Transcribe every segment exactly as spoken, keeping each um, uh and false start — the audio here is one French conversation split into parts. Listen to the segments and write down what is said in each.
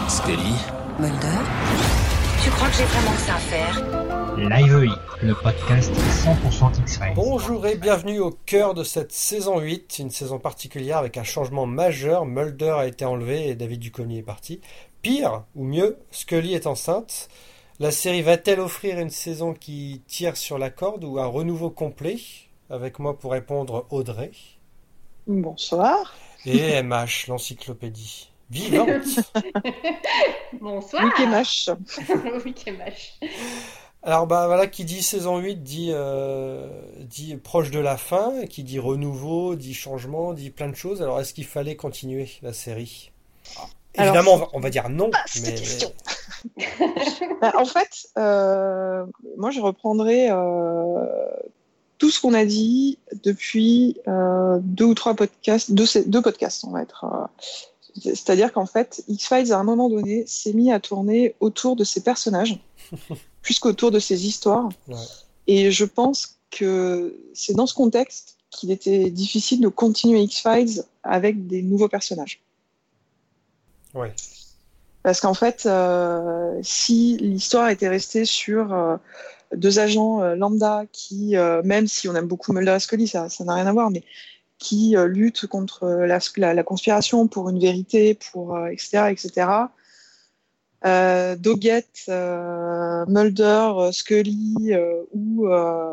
Scully. Mulder. Tu crois que j'ai vraiment que ça à faire? Live E I, le podcast cent pour cent X-Files. Bonjour et bienvenue au cœur de cette saison huit, une saison particulière avec un changement majeur. Mulder a été enlevé et David Duchovny est parti. Pire, ou mieux, Scully est enceinte. La série va-t-elle offrir une saison qui tire sur la corde ou un renouveau complet? Avec moi pour répondre Audrey. Bonsoir. Et M H, l'encyclopédie vivante. Bonsoir. Wikemash. Wikemash. Alors bah voilà, qui dit saison huit dit, euh, dit proche de la fin, qui dit renouveau, dit changement, dit plein de choses. Alors est-ce qu'il fallait continuer la série? Alors, Évidemment, on va, on va dire non. Ah, cette mais... question. Bah, en fait, euh, moi je reprendrai euh, tout ce qu'on a dit depuis euh, deux ou trois podcasts, deux, deux podcasts on va être. Euh, c'est-à-dire qu'en fait, X-Files à un moment donné s'est mis à tourner autour de ses personnages, plus qu'autour de ses histoires. Ouais. Et je pense que c'est dans ce contexte qu'il était difficile de continuer X-Files avec des nouveaux personnages. Ouais. Parce qu'en fait, euh, si l'histoire était restée sur euh, deux agents euh, lambda qui, euh, même si on aime beaucoup Mulder et Scully, ça, ça n'a rien à voir, mais qui euh, luttent contre la, la, la conspiration pour une vérité, pour euh, et cetera, et cetera. Euh, Doggett, euh, Mulder, euh, Scully euh, ou euh,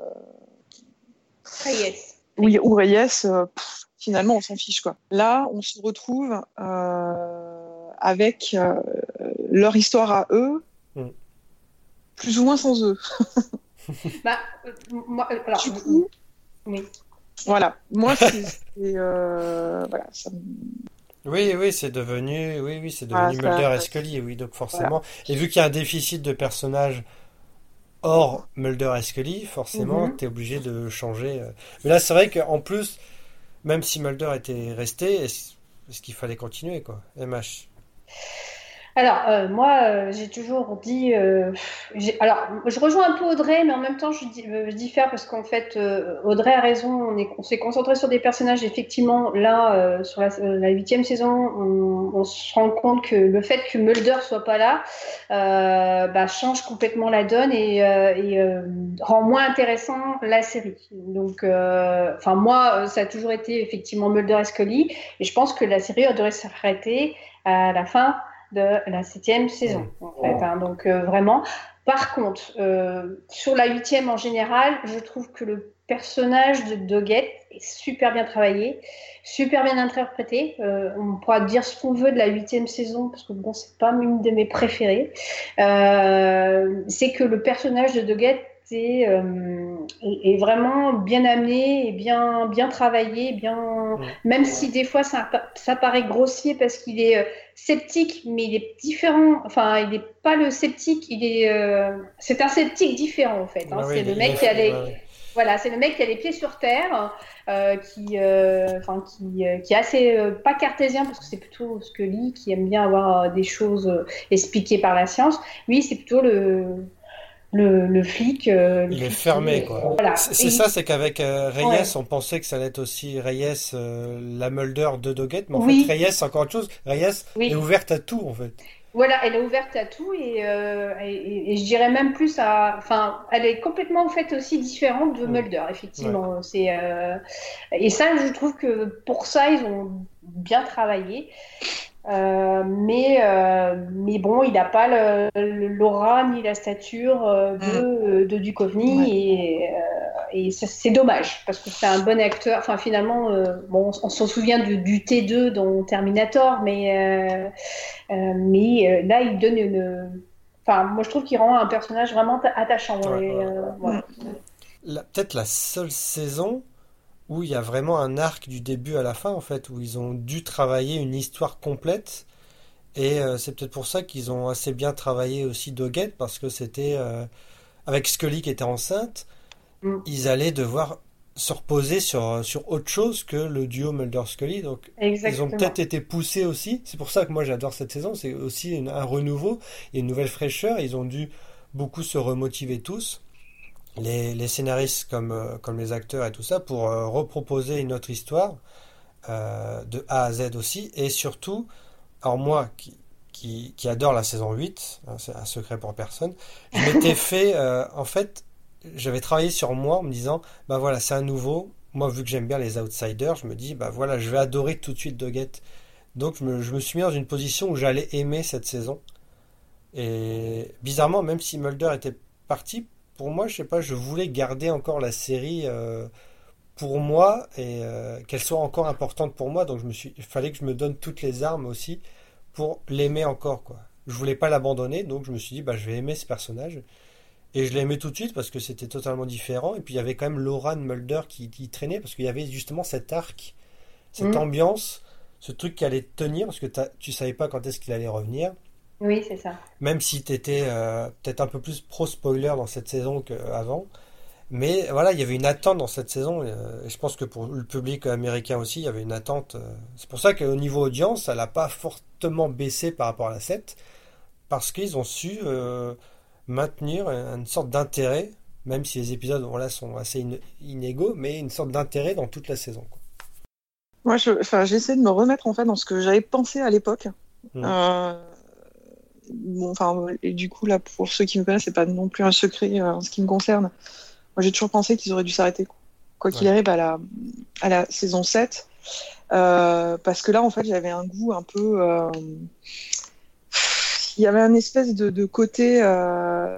Reyes. Oui, ou Reyes, euh, pff, finalement on s'en fiche quoi. Là, on se retrouve euh, avec euh, leur histoire à eux, mm. plus ou moins sans eux. bah, euh, moi, alors, du coup, oui. Voilà, moi c'est, c'est euh, voilà, ça me... Oui, oui, c'est devenu, oui, oui, c'est devenu ah, Mulder ça, et Scully, oui, donc forcément. Voilà. Et vu qu'il y a un déficit de personnages hors Mulder et Scully, forcément, mm-hmm. t'es obligé de changer. Mais là, c'est vrai qu'en plus, même si Mulder était resté, est-ce, est-ce qu'il fallait continuer, quoi, M H? Alors, euh, moi, euh, j'ai toujours dit... Euh, j'ai, alors, je rejoins un peu Audrey, mais en même temps, je, je diffère parce qu'en fait, euh, Audrey a raison. On, est, on s'est concentré sur des personnages. Effectivement, là, euh, sur la huitième saison, on, on se rend compte que le fait que Mulder soit pas là euh, bah, change complètement la donne et, euh, et euh, rend moins intéressant la série. Donc, euh, enfin, moi, ça a toujours été effectivement Mulder et Scully. Et je pense que la série devrait s'arrêter à la fin de la septième saison, en fait. Hein, donc euh, vraiment. Par contre, euh, sur la huitième en général, je trouve que le personnage de Doggett est super bien travaillé, super bien interprété. Euh, on pourra dire ce qu'on veut de la huitième saison, parce que bon, c'est pas une de mes préférées. Euh, c'est que le personnage de Doggett est, euh, est vraiment bien amené et bien, bien travaillé, bien... même si des fois ça, ça paraît grossier parce qu'il est euh, sceptique, mais il est différent. Enfin, il n'est pas le sceptique, il est, euh... c'est un sceptique différent en fait. Hein. Ah c'est oui, le mec qui a les... ouais. Voilà, c'est le mec qui a les pieds sur terre, euh, qui, euh, enfin, qui, euh, qui est assez euh, pas cartésien parce que c'est plutôt Scully qui aime bien avoir euh, des choses euh, expliquées par la science. Lui, c'est plutôt le Le, le flic. Euh, il le est flic, fermé, euh, quoi. Voilà. C'est, c'est et ça, c'est qu'avec euh, Reyes, ouais. on pensait que ça allait être aussi Reyes, euh, la Mulder de Doggett, mais en oui. fait, Reyes, c'est encore autre chose. Reyes oui. est ouverte à tout, en fait. Voilà, elle est ouverte à tout et, euh, et, et je dirais même plus à... Enfin, elle est complètement, en fait, aussi différente de Mulder, effectivement. Ouais. C'est, euh, et ça, je trouve que pour ça, ils ont bien travaillé. Euh, mais, euh, mais bon, il n'a pas le, le, l'aura ni la stature euh, de, de Duchovny ouais. et, euh, et ça, c'est dommage parce que c'est un bon acteur. Enfin, finalement, euh, bon, on, on s'en souvient du, du T deux dans Terminator, mais, euh, euh, mais euh, là, il donne une. Enfin, moi, je trouve qu'il rend un personnage vraiment attachant. Ouais, et, ouais. Euh, ouais. La, peut-être la seule saison où il y a vraiment un arc du début à la fin, en fait, où ils ont dû travailler une histoire complète. Et euh, c'est peut-être pour ça qu'ils ont assez bien travaillé aussi Doggett, parce que c'était, euh, avec Scully qui était enceinte, mm. ils allaient devoir se reposer sur, sur autre chose que le duo Mulder-Scully. Donc, Exactement. Ils ont peut-être été poussés aussi. C'est pour ça que moi, j'adore cette saison. C'est aussi une, un renouveau et une nouvelle fraîcheur. Ils ont dû beaucoup se remotiver tous. Les, les scénaristes comme, euh, comme les acteurs et tout ça pour euh, reproposer une autre histoire euh, de A à Z aussi et surtout, alors moi qui qui, qui adore la saison huit, hein, c'est un secret pour personne, je m'étais fait, euh, en fait, j'avais travaillé sur moi en me disant, bah voilà, c'est un nouveau. Moi, vu que j'aime bien les outsiders, je me dis, bah voilà, je vais adorer tout de suite Doggett. Donc, je me, je me suis mis dans une position où j'allais aimer cette saison. Et bizarrement, même si Mulder était parti, pour moi, je sais pas, je voulais garder encore la série euh, pour moi et euh, qu'elle soit encore importante pour moi. Donc, je me suis, il fallait que je me donne toutes les armes aussi pour l'aimer encore, quoi. Je voulais pas l'abandonner, donc je me suis dit, bah, je vais aimer ce personnage. Et je l'ai aimé tout de suite parce que c'était totalement différent. Et puis il y avait quand même Laura de Mulder qui, qui traînait parce qu'il y avait justement cet arc, cette Mm. ambiance, ce truc qui allait tenir parce que t'as- tu savais pas quand est-ce qu'il allait revenir. Oui, c'est ça. Même si tu étais peut-être un peu plus pro-spoiler dans cette saison qu'avant. Mais voilà, il y avait une attente dans cette saison. euh, Et je pense que pour le public américain aussi, il y avait une attente. euh. C'est pour ça qu'au niveau audience, elle n'a pas fortement baissé par rapport à la sept. Parce qu'ils ont su euh, maintenir une sorte d'intérêt, même si les épisodes voilà, sont assez in- inégaux, mais une sorte d'intérêt dans toute la saison, quoi. Moi, je, enfin, j'essaie de me remettre en fait dans ce que j'avais pensé à l'époque. Mm. Euh, bon, enfin, et du coup, là, pour ceux qui me connaissent, c'est pas non plus un secret euh, en ce qui me concerne. Moi, j'ai toujours pensé qu'ils auraient dû s'arrêter, quoi qu'il Ouais. arrive, à la, à la saison sept. Euh, parce que là, en fait, j'avais un goût un peu. euh, Il y avait un espèce de, de côté. euh,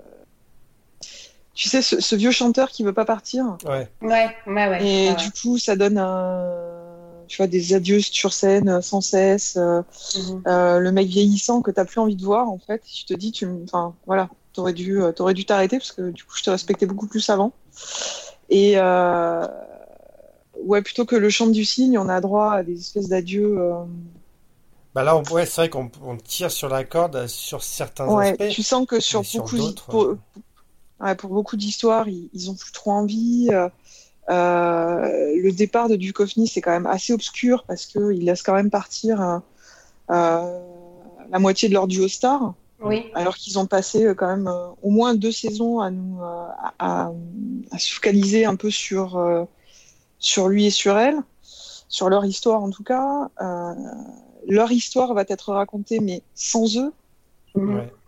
Tu sais, ce, ce vieux chanteur qui veut pas partir. Ouais, Ouais, ouais, ouais. Et ouais, du coup, ça donne un, tu vois, des adieux sur scène euh, sans cesse. euh, ouais. Mhm. euh, le mec vieillissant que t'as plus envie de voir, en fait. Tu te dis, tu, m- enfin, voilà, t'aurais dû, euh, t'aurais dû t'arrêter parce que du coup, je te respectais beaucoup plus avant. Et euh, ouais, plutôt que le chant du cygne, on a droit à des espèces d'adieux. euh, bah là, on, ouais, c'est vrai qu'on on tire sur la corde euh, sur certains Ouais, aspects, tu sens que mais sur sur beaucoup, d'hi- d'autres. pour, euh, ouais, pour beaucoup d'histoires, ils, ils ont plus trop envie. euh, Euh, le départ de Duchovny, c'est quand même assez obscur parce qu'il laisse quand même partir euh, euh, la moitié de leur duo star, Oui. alors qu'ils ont passé euh, quand même euh, au moins deux saisons à nous euh, à, à- à se focaliser un peu sur euh, sur lui et sur elle, sur leur histoire en tout cas. Euh, leur histoire va être racontée, mais sans eux. Mhm. ouais.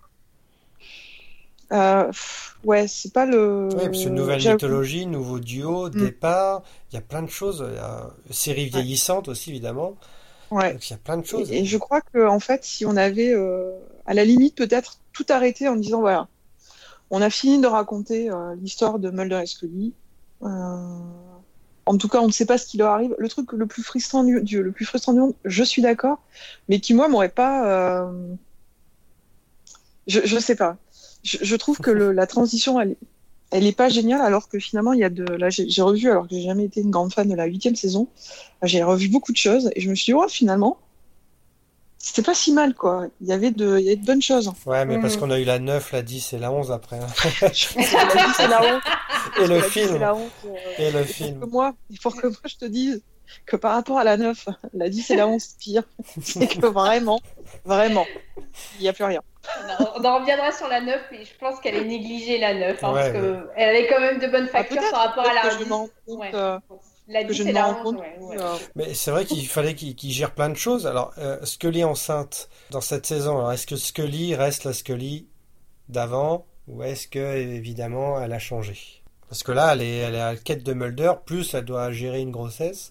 Euh, pff, ouais, c'est pas Oui, parce que le. nouvelle J'avoue. mythologie, nouveau duo, Mm, départ, il y a plein de choses. Il y a série ouais, vieillissante aussi, évidemment. ouais. Donc il y a plein de choses. Et, et je crois que en fait, si on avait, euh, à la limite, peut-être tout arrêté en disant voilà, on a fini de raconter euh, l'histoire de Mulder et Scully. Euh, en tout cas, on ne sait pas ce qui leur arrive. Le truc le plus frustrant du, du- le plus frustrant du monde, je suis d'accord, mais qui moi m'aurait pas. euh, je, je sais pas. Je, je trouve que le, la transition, elle, elle est pas géniale, alors que finalement, il y a de. Là, j'ai j'ai revu, alors que j'ai jamais été une grande fan de la huitième saison. J'ai revu beaucoup de choses et je me suis dit, oh, finalement. C'était pas si mal, quoi. Il y avait de, il y avait de bonnes choses. Ouais, mais parce Mhm. qu'on a eu la neuf, la dix et la onze après, hein. Je pense que la dix, c'est la honte. Et le La dix, c'est film. la honte. euh, Et le Et pour que film. moi, et pour que moi, je te dise que par rapport à la neuf, la dix et la onze, c'est pire. C'est que vraiment, vraiment, il n'y a plus rien. On en reviendra sur la neuf, mais je pense qu'elle est négligée, la neuf, hein, parce Ouais, ouais. que elle avait quand même de bonnes Ah, factures par peut-être, rapport à peut-être la que je me dix. rends compte, Ouais. euh, La que dix je ne et me la rends onze, compte ouais, plus, ouais. euh, Mais c'est vrai qu'il fallait qu'il qu'il gère plein de choses. Alors, euh, Scully enceinte dans cette saison. Alors, est-ce que Scully reste la Scully d'avant ou est-ce que, évidemment, elle a changé? Parce que là, elle est, elle est à la quête de Mulder, plus elle doit gérer une grossesse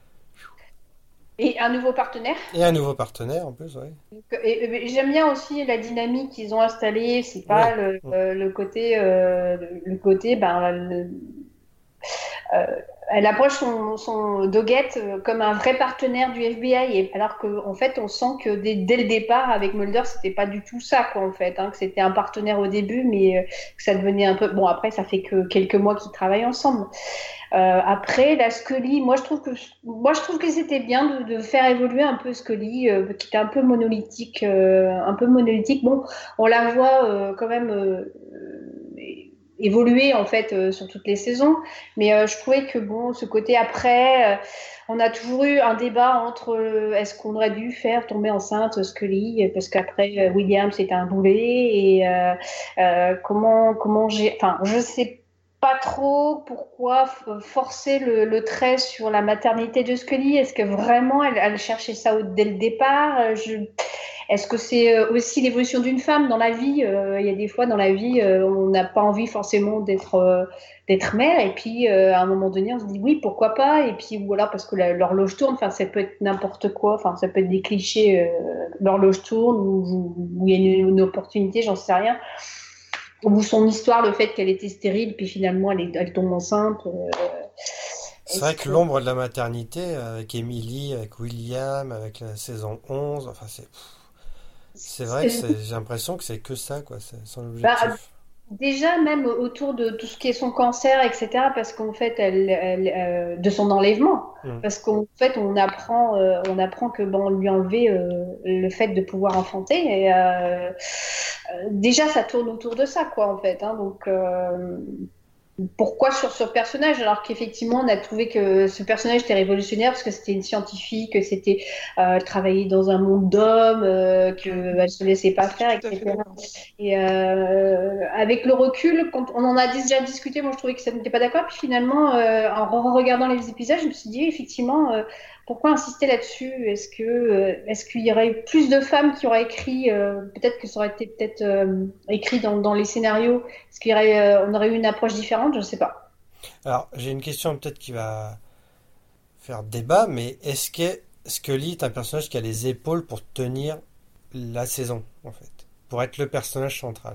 Et un nouveau partenaire. et un nouveau partenaire en plus, ouais. Et, et j'aime bien aussi la dynamique qu'ils ont installée. C'est Ouais. pas le, euh, le côté, euh, le, le côté, ben, le- euh, elle approche son, son Doggett euh, comme un vrai partenaire du F B I, et alors qu'en en fait, on sent que dès, dès le départ, avec Mulder, c'était pas du tout ça, quoi, en fait, hein, que c'était un partenaire au début, mais euh, que ça devenait un peu. Bon, après, ça fait que quelques mois qu'ils travaillent ensemble. Euh, après, la Scully, moi je trouve que moi je trouve que c'était bien de, de faire évoluer un peu Scully, euh, qui était un peu monolithique, euh, un peu monolithique. Bon, on la voit euh, quand même euh, évoluer en fait euh, sur toutes les saisons, mais euh, je trouvais que bon, ce côté après, euh, on a toujours eu un débat entre euh, est-ce qu'on aurait dû faire tomber enceinte Scully parce qu'après euh, William c'était un boulet et euh, euh, comment comment j'ai, enfin je sais pas trop pourquoi f- forcer le, le trait sur la maternité de Scully. Est-ce que vraiment elle, elle cherchait ça au- dès le départ? Euh, je... Est-ce que c'est euh, aussi l'évolution d'une femme dans la vie? Euh, Il y a des fois dans la vie, euh, on n'a pas envie forcément d'être euh, d'être mère, et puis euh, à un moment donné, on se dit oui, pourquoi pas? Et puis voilà, parce que la- l'horloge tourne. Enfin, ça peut être n'importe quoi. Enfin, ça peut être des clichés. Euh, l'horloge tourne ou ou il y a une, une opportunité, j'en sais rien. Ou son histoire, le fait qu'elle était stérile, puis finalement elle, est, elle tombe enceinte. Euh, C'est est-ce vrai que que l'ombre de la maternité, euh, avec Emily, avec William, avec la saison onze, enfin c'est c'est vrai que c'est, j'ai l'impression que c'est que ça, quoi, c'est son bah, objectif. déjà, même autour de tout ce qui est son cancer, et cetera, parce qu'en fait, elle, elle, euh, de son enlèvement, Hmm. parce qu'en fait, on apprend, euh, on apprend que bon, on lui a enlevé euh, le fait de pouvoir enfanter, et euh, euh, déjà, ça tourne autour de ça, quoi, en fait. Hein, donc, euh, pourquoi sur ce personnage alors qu'effectivement on a trouvé que ce personnage était révolutionnaire parce que c'était une scientifique, que c'était euh, elle travaillait dans un monde d'hommes, euh, qu'elle se laissait pas Je suis faire, tout à fait et cetera. d'accord. Et euh, avec le recul, quand on en a déjà discuté, moi je trouvais que ça n'était pas d'accord. Puis finalement, euh, en regardant les épisodes, je me suis dit effectivement, euh, pourquoi insister là-dessus? Est-ce que, euh, est-ce qu'il y aurait eu plus de femmes qui auraient écrit, euh, peut-être que ça aurait été peut-être euh, écrit dans, dans les scénarios, est-ce qu'il y aurait, euh, on aurait eu une approche différente? Je ne sais pas. Alors, j'ai une question peut-être qui va faire débat, mais est-ce que Scully est un personnage qui a les épaules pour tenir la saison, en fait, pour être le personnage central?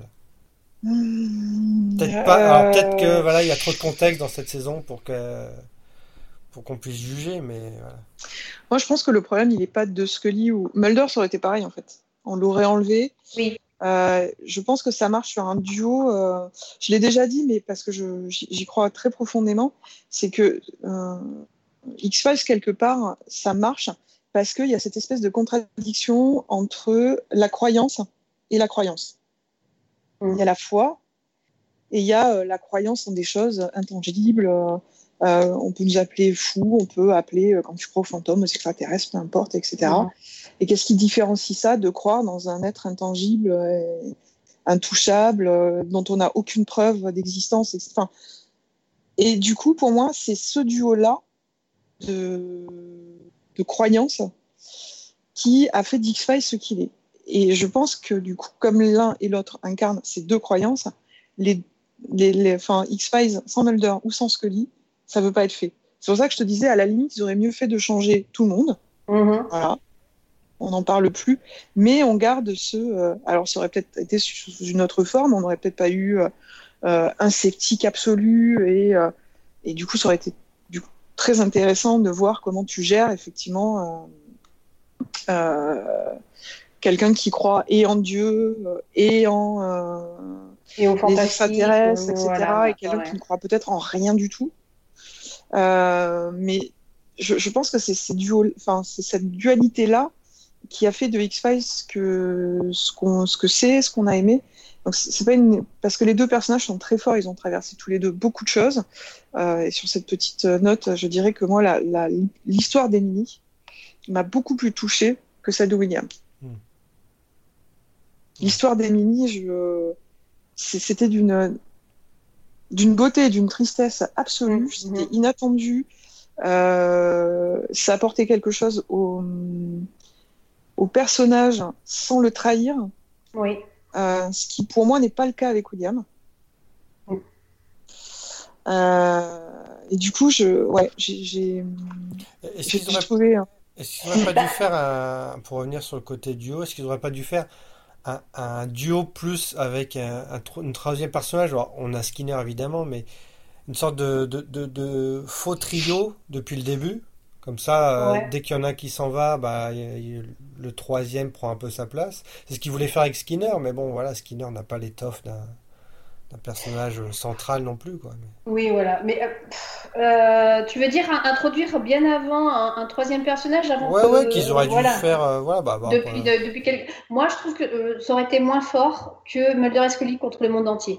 Hmm, Peut-être pas. Alors peut-être que euh, voilà, il y a trop de contexte dans cette saison pour que pour qu'on puisse juger, mais voilà. Moi, je pense que le problème, il n'est pas de Scully ou Mulder, ça aurait été pareil en fait. On l'aurait enlevé. Oui. Euh, je pense que ça marche sur un duo. Euh, je l'ai déjà dit, mais parce que je, j'y j'y crois très profondément, c'est que euh, X-Files, quelque part, ça marche parce qu'il y a cette espèce de contradiction entre la croyance et la croyance. Il y a la foi et il y a euh, la croyance en des choses intangibles. Euh, euh, on peut nous appeler fous, on peut appeler, euh, quand tu crois aux fantômes, aux extraterrestres, peu importe, et cetera. Mhm. Et qu'est-ce qui différencie ça de croire dans un être intangible, euh, intouchable, euh, dont on n'a aucune preuve d'existence, et cetera. Enfin, et du coup, pour moi, c'est ce duo-là de, de croyances qui a fait d'X-Files ce qu'il est. Et je pense que du coup, comme l'un et l'autre incarnent ces deux croyances, les, les, les, enfin, X-Files sans Mulder ou sans Scully, ça ne veut pas être fait. C'est pour ça que je te disais, à la limite, ils auraient mieux fait de changer tout le monde. Mhm. Voilà, on n'en parle plus. Mais on garde ce... Euh, alors, ça aurait peut-être été sous une autre forme, on n'aurait peut-être pas eu euh, un sceptique absolu. Et, euh, et du coup, ça aurait été du coup, très intéressant de voir comment tu gères, effectivement... Euh, euh, quelqu'un qui croit et en Dieu euh, et en euh, Et au les fantastique, extraterrestres, euh, et cetera. voilà, Et quelqu'un ouais. qui ne croit peut-être en rien du tout. Euh, mais je, je pense que c'est, ces duo, enfin, c'est cette dualité-là qui a fait de X-Files que, ce, qu'on, ce que c'est, ce qu'on a aimé. Donc c'est, c'est pas une... Parce que les deux personnages sont très forts, ils ont traversé tous les deux beaucoup de choses. Euh, et sur cette petite note, je dirais que moi, la, la, l'histoire d'Emily m'a beaucoup plus touchée que celle de William. Hmm. L'histoire d'Emily, je... c'était d'une d'une beauté et d'une tristesse absolue. Mmh. C'était inattendu. Euh, ça apportait quelque chose au, au personnage sans le trahir. Oui. Euh, ce qui, pour moi, n'est pas le cas avec William. Mmh. Euh, et du coup, je, ouais, j'ai, j'ai, Est-ce j'ai, qu'ils j'ai auraient, trouvé. hein. est-ce qu'ils auraient pas dû faire un, pour revenir sur le côté duo, est-ce qu'ils auraient pas dû faire un, un duo plus avec un, un tro- une troisième personnage? Alors, on a Skinner évidemment, mais une sorte de, de, de, de faux trio depuis le début. Comme ça, euh, Ouais. dès qu'il y en a un qui s'en va, bah, y a- y a- le troisième prend un peu sa place. C'est ce qu'ils voulaient faire avec Skinner, mais bon, voilà, Skinner n'a pas l'étoffe d'un d'un personnage central non plus, quoi. Mais- Oui, voilà. Mais euh, pff, euh, tu veux dire in- introduire bien avant un, un troisième personnage avant Ouais, que, ouais, qu'ils euh, auraient dû voilà. faire, euh, voilà, bah, bah, Depuis, après, de- depuis quel... Moi, je trouve que euh, ça aurait été moins fort que Mulder et Scully contre le monde entier.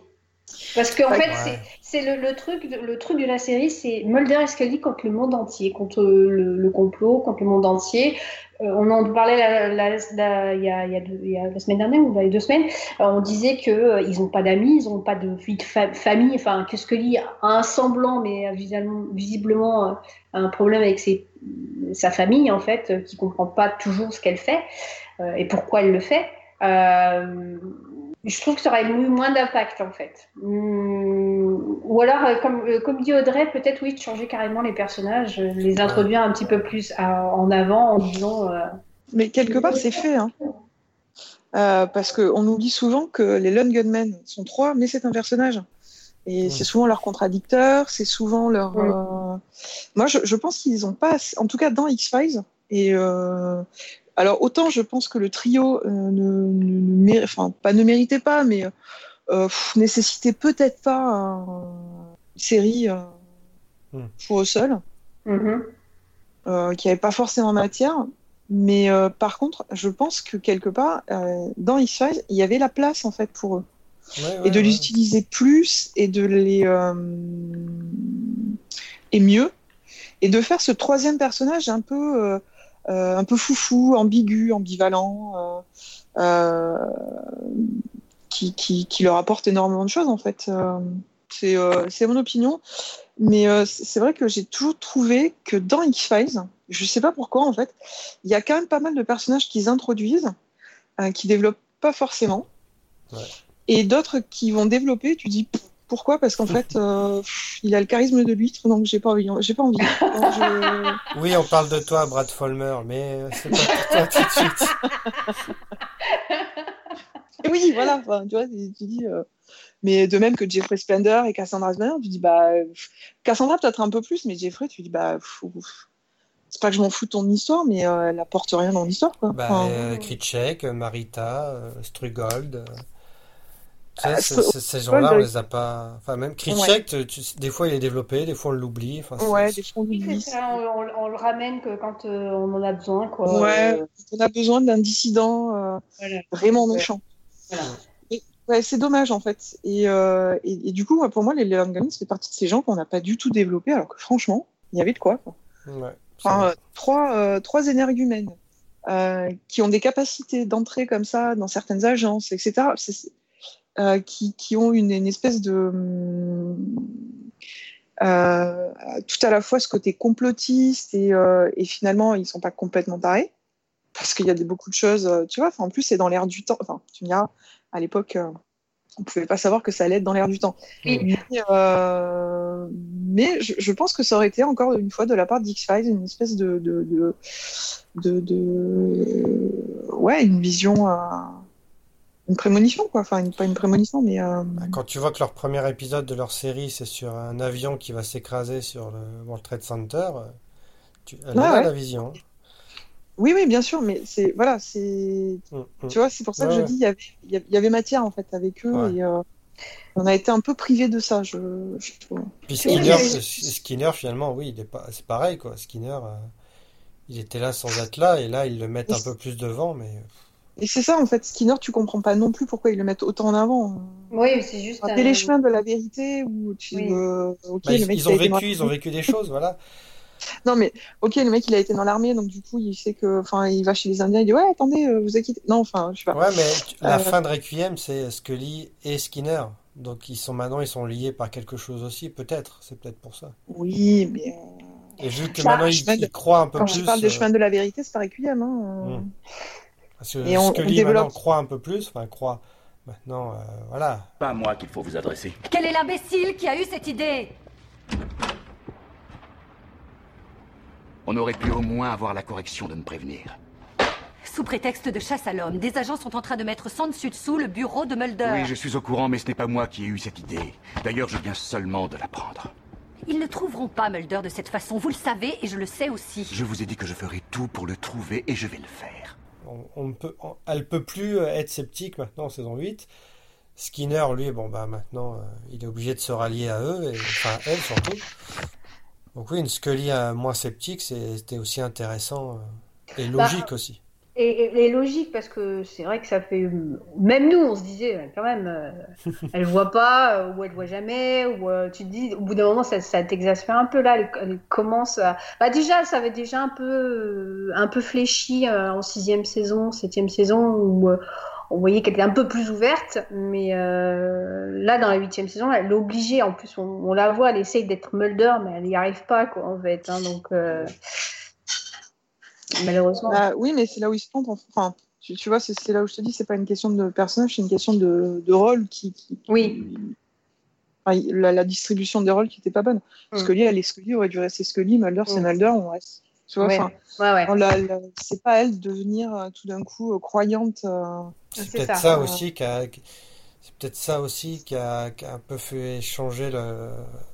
Parce qu'en Ouais. fait, Ouais. c'est, c'est le, le truc, de- le truc de la série, c'est Mulder et Scully contre le monde entier, contre le, le complot, contre le monde entier. Euh, on en parlait la, la- la- il y a, il y a deux- il y a la semaine dernière ou il y a deux semaines. Euh, on disait que euh, ils n'ont pas d'amis, ils n'ont pas de vie de fa- famille. Enfin, que Scully a un semblant, mais a visiblement, visiblement euh, un problème avec ses- sa famille, en fait, euh, qui comprend pas toujours ce qu'elle fait euh, et pourquoi elle le fait. Euh, je trouve que ça aurait eu moins d'impact en fait. Hum, ou alors, euh, comme, euh, comme dit Audrey, peut-être oui, de changer carrément les personnages, euh, les introduire un petit peu plus à- en avant en disant. euh, Mais quelque part, c'est fait. Hein. Euh, parce qu'on oublie souvent que les Lone Gunmen sont trois, mais c'est un personnage. Et Mm. c'est souvent leur contradicteur, c'est souvent leur. Mm. euh, Moi, je, je pense qu'ils ont pas, assez- en tout cas dans X-Files. Et euh, alors autant je pense que le trio euh, ne, ne, ne méri- enfin pas ne méritait pas, mais euh, pff, nécessitait peut-être pas un- une série euh, Mm. pour eux seuls, mhm. euh, qui avait pas forcément matière. Mais euh, par contre, je pense que quelque part euh, dans X-Files, il y avait la place en fait pour eux. Ouais, Et ouais, de ouais. les utiliser plus et de les euh, et mieux et de faire ce troisième personnage un peu euh, euh, un peu foufou, ambigu, ambivalent, euh, euh, qui, qui qui leur apporte énormément de choses en fait. Euh, c'est euh, c'est mon opinion, mais euh, c'est c'est vrai que j'ai toujours trouvé que dans X-Files, je sais pas pourquoi en fait, il y a quand même pas mal de personnages qu'ils introduisent, euh, qui développent pas forcément. Ouais. Et d'autres qui vont développer, tu dis pourquoi? Parce qu'en fait, euh, pff, il a le charisme de l'huître, donc j'ai pas envie. J'ai pas envie. Donc je... Oui, on parle de toi, Brad Folmer, mais euh, c'est pas pour toi tout de suite. Et oui, voilà. Enfin, tu vois, tu, tu dis. Euh... Mais de même que Jeffrey Splendor et Cassandra Splendor, tu dis bah pff, Cassandra peut-être un peu plus, mais Jeffrey, tu dis bah pff, pff, c'est pas que je m'en fous de ton histoire, mais euh, elle apporte rien dans l'histoire, quoi. Bah, Enfin, euh, Krycek, Marita, euh, Strugold. euh, Tu sais, euh, ce- Str- ce- ces gens-là, on Gold, les a pas. Enfin, même ouais, Krycek, tu- tu- des fois il est développé, des fois on l'oublie. Enfin, c'est- ouais, c'est- des fonds Oui, c'est d'oubli. ça, on, on- on le ramène que quand euh, on en a besoin, quoi. Ouais, Euh, on a besoin d'un dissident euh, voilà. vraiment Ouais, méchant. voilà. Et, ouais, c'est dommage en fait. Et, euh, et, et du coup, moi, pour moi, les Leon Gunnings fait partie de ces gens qu'on n'a pas du tout développés, alors que franchement, il y avait de quoi. quoi. ouais, c'est Enfin, vrai. euh, trois, euh, trois énergumènes euh, qui ont des capacités d'entrer comme ça dans certaines agences, et cetera. C'est, c'est- euh, qui, qui ont une, une espèce de hum, euh, tout à la fois ce côté complotiste et, euh, et finalement ils sont pas complètement tarés parce qu'il y a des, beaucoup de choses, euh, tu vois. Enfin, en plus c'est dans l'air du temps. Enfin, tu me diras, à l'époque, euh, on pouvait pas savoir que ça allait être dans l'air du temps. Oui. Mais, euh, mais je, je pense que ça aurait été encore une fois de la part d'X-Files une espèce de de, de, de, de- ouais, une vision, euh, une prémonition quoi. Enfin, une- pas une prémonition, mais euh, Bah, quand tu vois que leur premier épisode de leur série, c'est sur un avion qui va s'écraser sur le World Trade Center, euh, tu... elle est ouais, là, ouais. la vision. Oui, oui, bien sûr, mais c'est voilà, c'est Mm, mm. tu vois, c'est pour ça que Ouais, je ouais. dis il y avait il y avait- il y avait matière en fait avec eux Ouais. et euh, on a été un peu privé de ça, je, je trouve. Puis Oui, Skinner, oui. euh, Skinner finalement, oui, il est pas, c'est pareil quoi. Skinner, euh, il était là sans être là, et là ils le mettent Et un peu plus devant, mais Et c'est ça, en fait, Skinner, tu comprends pas non plus pourquoi ils le mettent autant en avant. Oui, c'est juste Rater un- les chemins de la vérité, ou tu, Oui. euh, ok, bah, le ils, mec, ils il a ont été dans vécu, ils ont l'armée. vécu des choses, voilà. Non, mais, ok, le mec, il a été dans l'armée, donc du coup, il sait que, enfin, il va chez les Indiens, il dit, ouais, attendez, euh, vous inquiétez. Non, enfin, je sais pas. Ouais, mais tu- la Euh, fin de Requiem, c'est Scully et Skinner, donc ils sont maintenant, ils sont liés par quelque chose aussi, peut-être. C'est peut-être pour ça. Oui, mais, euh, Et vu que Bah, maintenant ils, chemin de- ils croient un peu quand plus, je parle des euh, chemins de la vérité, c'est pas Requiem, hein. euh. hmm. parce que Et on- on Scully développe. maintenant croit un peu plus, enfin croit. Maintenant, euh, voilà. Pas à moi qu'il faut vous adresser. Quel est l'imbécile qui a eu cette idée? On aurait pu au moins avoir la correction de me prévenir. Sous prétexte de chasse à l'homme, des agents sont en train de mettre sans dessus dessous le bureau de Mulder. Oui, je suis au courant, mais ce n'est pas moi qui ai eu cette idée. D'ailleurs, je viens seulement de l'apprendre. Ils ne trouveront pas Mulder de cette façon, vous le savez, et je le sais aussi. Je vous ai dit que je ferai tout pour le trouver et je vais le faire. On, on ne peut, on- elle peut plus euh, être sceptique maintenant en saison huit. Skinner, lui, bon bah maintenant, euh, il est obligé de se rallier à eux, et, enfin elle surtout. Donc oui, une Scully euh, moins sceptique, c'est- c'était aussi intéressant euh, et Bah, logique aussi. et, et- et logique parce que c'est vrai que ça fait même nous on se disait euh, quand même euh, elle voit pas euh, ou elle voit jamais ou euh, tu te dis au bout d'un moment ça, ça t'exaspère un peu là elle, elle commence à bah déjà ça avait déjà un peu euh, un peu fléchi euh, en sixième saison septième saison où euh, on voyait qu'elle était un peu plus ouverte mais euh, là dans la huitième saison elle est obligée en plus on, on la voit elle essaye d'être Mulder mais elle y arrive pas quoi en fait hein, donc euh, malheureusement. Bah, oui, mais c'est là où ils se plantent. Enfin, tu, tu vois, c'est c'est là où je te dis, c'est pas une question de personnage, c'est une question de, de rôle qui, qui, Oui. enfin, la, la distribution des rôles qui était pas bonne. Mm. Scully, elle est Scully, aurait dû rester Scully, Mulder, c'est Mm. Mulder, on reste. Tu vois, Ouais. enfin, Ouais, ouais. alors, la- la- c'est pas elle de devenir euh, tout d'un coup euh, croyante. euh, C'est C'est peut-être ça. ça euh, aussi qui a, c'est peut-être ça aussi qui a, qui a un peu fait changer le,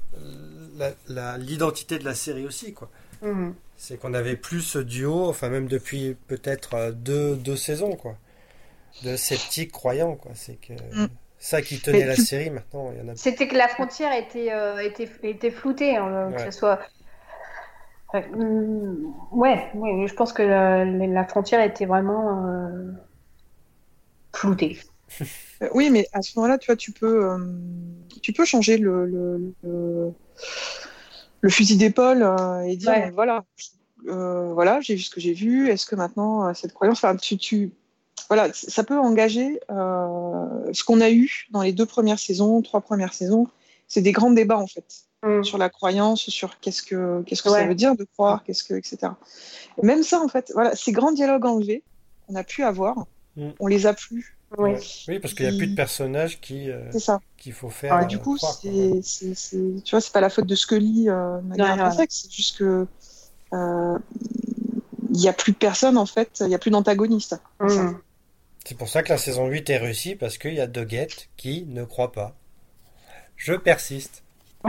la- la- l'identité de la série aussi, quoi. Mhm. C'est qu'on n'avait plus ce duo, enfin même depuis peut-être euh, deux, deux saisons, quoi, de sceptiques croyants, quoi. C'est que Mm. ça qui tenait Mais la tu- série, maintenant, il y en a. C'était que la frontière était, euh, était, était floutée, hein, que Ouais. ce soit. Ouais, mm, ouais, ouais, je pense que la, la frontière était vraiment euh, floutée. euh, oui, mais à ce moment-là, tu vois, tu peux, euh, tu peux changer le, le, le, le fusil d'épaule euh, et dire, Ouais. bon, voilà, euh, voilà, j'ai vu ce que j'ai vu. Est-ce que maintenant euh, cette croyance, enfin, tu, tu, voilà, c- ça peut engager euh, ce qu'on a eu dans les deux premières saisons, trois premières saisons. C'est des grands débats en fait Mm. sur la croyance, sur qu'est-ce que qu'est-ce que ça Ouais. veut dire de croire, qu'est-ce que, et cetera. Et même ça en fait, voilà, ces grands dialogues enlevés qu'on a pu avoir, Mm. on les a plus. Oui. Ouais. Oui, parce qu'il n'y a plus de personnages qui, euh, C'est ça. qu'il faut faire Et euh, du coup, croire, quoi. Ouais. c'est, c'est, c'est- tu vois, c'est pas la faute de Scully euh, de manière Ouais, ouais. intrinsèque, c'est juste que euh, il n'y a plus de personne en fait, il n'y a plus d'antagoniste. Mm. C'est pour ça que la saison huit est réussie, parce qu'il y a Doggett qui ne croit pas. Je persiste.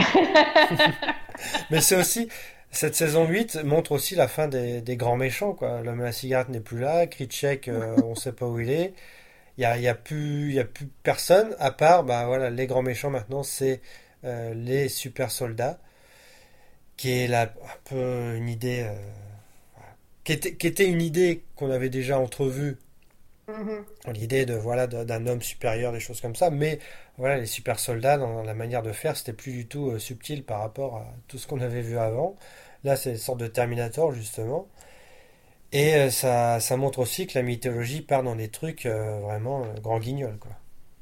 Mais c'est aussi, cette saison huit montre aussi la fin des, des grands méchants, quoi. L'homme à la cigarette n'est plus là, Krycek, euh, on sait pas où il est. Il y a, il y a plus, il y a plus personne, à part, bah voilà, les grands méchants maintenant, c'est euh, les super soldats, qui est là, un peu une idée, euh, qui était, qui était une idée qu'on avait déjà entrevue, Mhm. l'idée de voilà de- d'un homme supérieur, des choses comme ça, mais voilà, les super soldats dans la manière de faire, c'était plus du tout euh, subtil par rapport à tout ce qu'on avait vu avant. Là, c'est une sorte de Terminator justement, et euh, ça, ça montre aussi que la mythologie part dans des trucs euh, vraiment euh, grand guignol, quoi.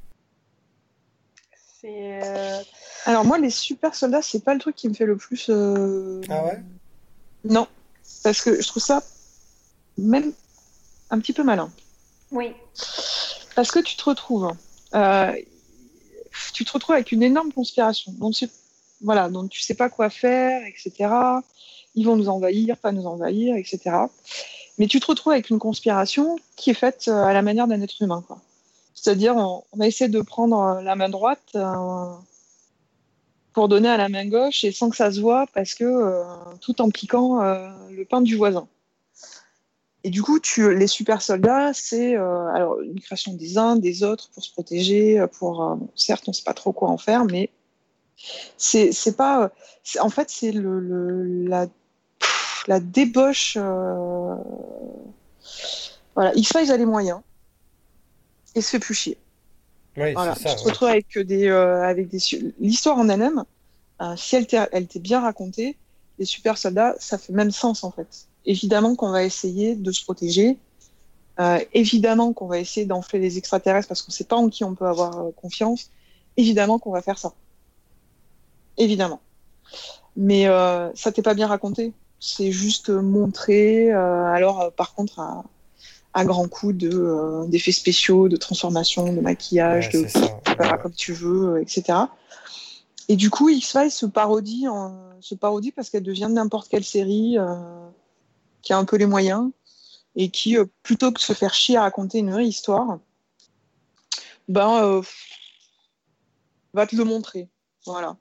C'est. euh, Alors moi, les super soldats, c'est pas le truc qui me fait le plus. euh, Ah ouais? Non, parce que je trouve ça même un petit peu malin. Oui. Parce que tu te retrouves, euh, tu te retrouves avec une énorme conspiration. Donc tu, voilà, donc tu sais pas quoi faire, et cetera. Ils vont nous envahir, pas nous envahir, et cetera. Mais tu te retrouves avec une conspiration qui est faite euh, à la manière d'un être humain, quoi. C'est-à-dire, on, on a essayé de prendre euh, la main droite euh, pour donner à la main gauche et sans que ça se voit, parce que euh, tout en piquant euh, le pain du voisin. Et du coup, tu, les super soldats, c'est euh, alors une création des uns, des autres pour se protéger, pour euh, bon, certes, on sait pas trop quoi en faire, mais c'est c'est pas, euh, c'est- en fait, c'est le, le la pff, la débauche. euh, Voilà, X-Files a les moyens et se fait plus chier. Oui, Voilà, c'est ça. tu te Ouais. retrouves avec des euh, avec des su- l'histoire en elle-même. euh, si elle t'est elle t'est bien racontée, les super soldats, ça fait même sens en fait. Évidemment qu'on va essayer de se protéger. Euh, évidemment qu'on va essayer d'enfler les extraterrestres parce qu'on sait pas en qui on peut avoir euh, confiance. Évidemment qu'on va faire ça. Évidemment. Mais euh, ça t'est pas bien raconté. C'est juste montré. euh, alors, euh, par contre, à, à grands coups de, euh, d'effets spéciaux, de transformation, de maquillage, Ouais, de c'est ça. tu verras Ouais. comme tu veux, euh, et cetera. Et du coup, X-Files se parodie, en, se parodie parce qu'elle devient n'importe quelle série euh, qui a un peu les moyens et qui, euh, plutôt que de se faire chier à raconter une vraie histoire, ben, euh, va te le montrer. Voilà.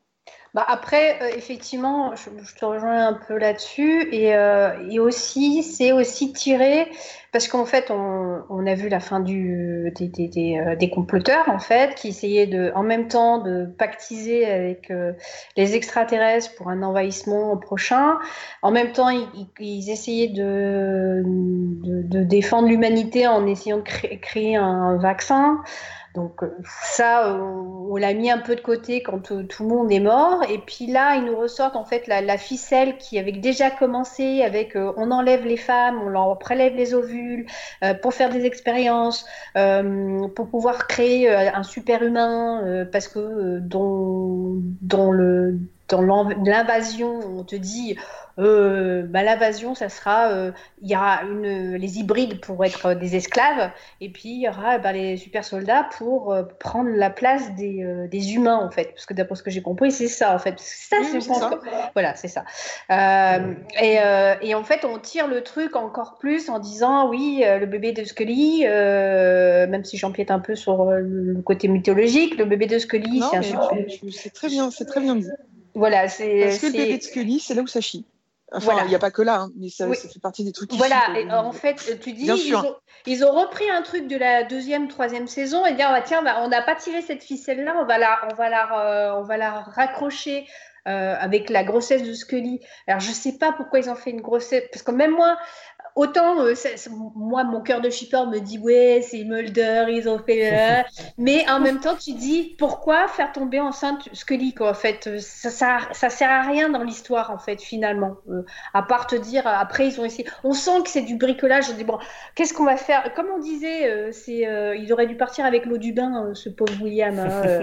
Bah après, euh, effectivement, je, je te rejoins un peu là-dessus. Et, euh, et aussi, c'est aussi tiré, parce qu'en fait, on, on a vu la fin du, des, des, des, euh, des comploteurs, en fait, qui essayaient de, en même temps de pactiser avec euh, les extraterrestres pour un envahissement prochain. En même temps, ils, ils essayaient de, de, de défendre l'humanité en essayant de créer, créer un vaccin. Donc ça, on, on l'a mis un peu de côté quand tout, tout le monde est mort. Et puis là, ils nous ressortent en fait la, la ficelle qui avait déjà commencé avec euh, on enlève les femmes, on leur prélève les ovules euh, pour faire des expériences, euh, pour pouvoir créer euh, un super humain, euh, parce que euh, dans, dans, le, dans l'invasion, on te dit... Euh, bah, l'invasion, ça sera, il euh, y aura une, les hybrides pour être des esclaves, et puis il y aura bah, les super soldats pour euh, prendre la place des, euh, des humains en fait, parce que d'après ce que j'ai compris, c'est ça en fait. Ça, oui, c'est, c'est ça. Que... Voilà, c'est ça. Euh, et, euh, et en fait, on tire le truc encore plus en disant oui, euh, le bébé de Scully, euh, même si j'empiète un peu sur euh, le côté mythologique, le bébé de Scully, non, c'est un mais super. tu, c'est très bien, c'est très bien dit. Voilà, c'est. Parce que c'est... le bébé de Scully, c'est là où ça chie. Enfin, il Voilà. n'y a pas que là, hein, mais ça, oui. ça fait partie des trucs qui Voilà, chient. et en fait, tu dis, Bien ils sûr. ont, ils ont repris un truc de la deuxième, troisième saison et dire, bah, tiens, bah, on n'a pas tiré cette ficelle-là, on va la, on va la, euh, on va la raccrocher euh, avec la grossesse de Scully. Alors, je ne sais pas pourquoi ils ont fait une grossesse, parce que même moi, autant, euh, c'est, c'est, moi, mon cœur de shipper me dit, ouais, c'est Mulder, ils ont fait... Euh, mais en même temps, tu dis, pourquoi faire tomber enceinte Scully, quoi, en fait, ça, ça, ça sert à rien dans l'histoire, en fait, finalement. Euh, à part te dire, après, ils ont essayé... On sent que c'est du bricolage, on dit, bon, qu'est-ce qu'on va faire? Comme on disait, euh, c'est, euh, ils auraient dû partir avec l'eau du bain, euh, ce pauvre William. Hein, euh.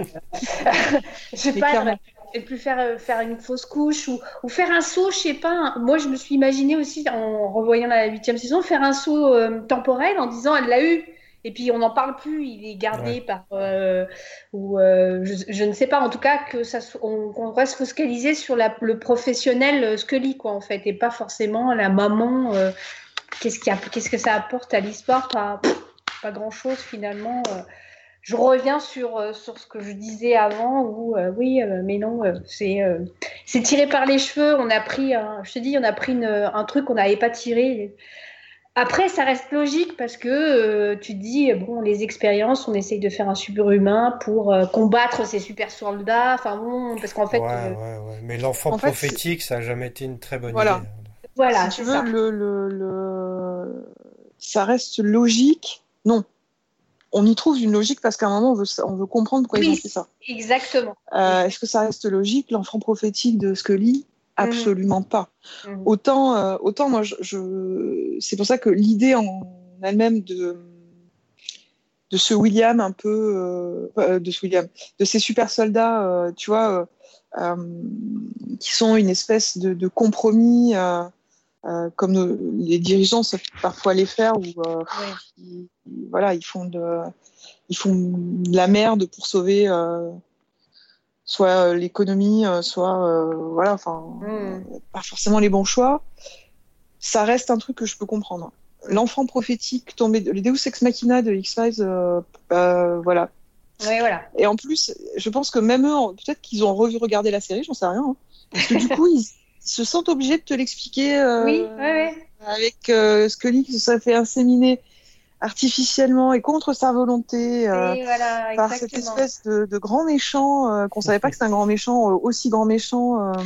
Je sais pas... Et plus faire, euh, faire une fausse couche ou, ou faire un saut, je sais pas. Hein. Moi, je me suis imaginé aussi, en revoyant la huitième saison, faire un saut euh, temporel en disant elle l'a eu. Et puis, on n'en parle plus. Il est gardé ouais. par. Euh, ou euh, je, je ne sais pas. En tout cas, que ça, on, qu'on reste focalisé sur la, le professionnel Scully, quoi, en fait, et pas forcément la maman. Euh, qu'est-ce, qu'il y a, qu'est-ce que ça apporte à l'histoire? Pas, pas grand-chose, finalement. Euh. Je reviens sur, euh, sur ce que je disais avant, où euh, oui, euh, mais non, euh, c'est, euh, c'est tiré par les cheveux. On a pris, un, je te dis, on a pris une, un truc qu'on n'avait pas tiré. Après, ça reste logique parce que euh, tu te dis, bon, les expériences, on essaye de faire un super-humain pour euh, combattre ces super-soldats. Enfin bon, parce qu'en fait... Ouais, euh, ouais, ouais. Mais l'enfant en prophétique, fait, ça n'a jamais été une très bonne voilà. idée. Voilà, si tu c'est veux, ça. Le, le, le... ça reste logique. Non. On y trouve une logique parce qu'à un moment, on veut, on veut comprendre pourquoi oui, ils ont fait ça. Exactement. Euh, est-ce que ça reste logique, l'enfant prophétique de Scully? Absolument mmh. pas. Mmh. Autant, euh, autant moi, je, je... c'est pour ça que l'idée en elle-même de, de ce William un peu, euh, de ce William, de ces super soldats, euh, tu vois, euh, euh, qui sont une espèce de, de compromis. Euh, Euh, comme nos, les dirigeants savent parfois les faire, où euh, ouais. ils, voilà, ils font de, ils font de la merde pour sauver euh, soit l'économie, soit euh, voilà, enfin, mm. pas forcément les bons choix. Ça reste un truc que je peux comprendre. L'enfant prophétique tombé, le Deus Ex Machina de X-Files, euh, euh, voilà. Oui, voilà. Et en plus, je pense que même eux, peut-être qu'ils ont revu regarder la série, j'en sais rien, hein, parce que du coup, ils se sentent obligés de te l'expliquer euh, oui, ouais, ouais. avec euh, Scully qui se fait inséminer artificiellement et contre sa volonté euh, et voilà, par cette espèce de, de grand méchant euh, qu'on savait pas que c'était un grand méchant, euh, aussi grand méchant euh,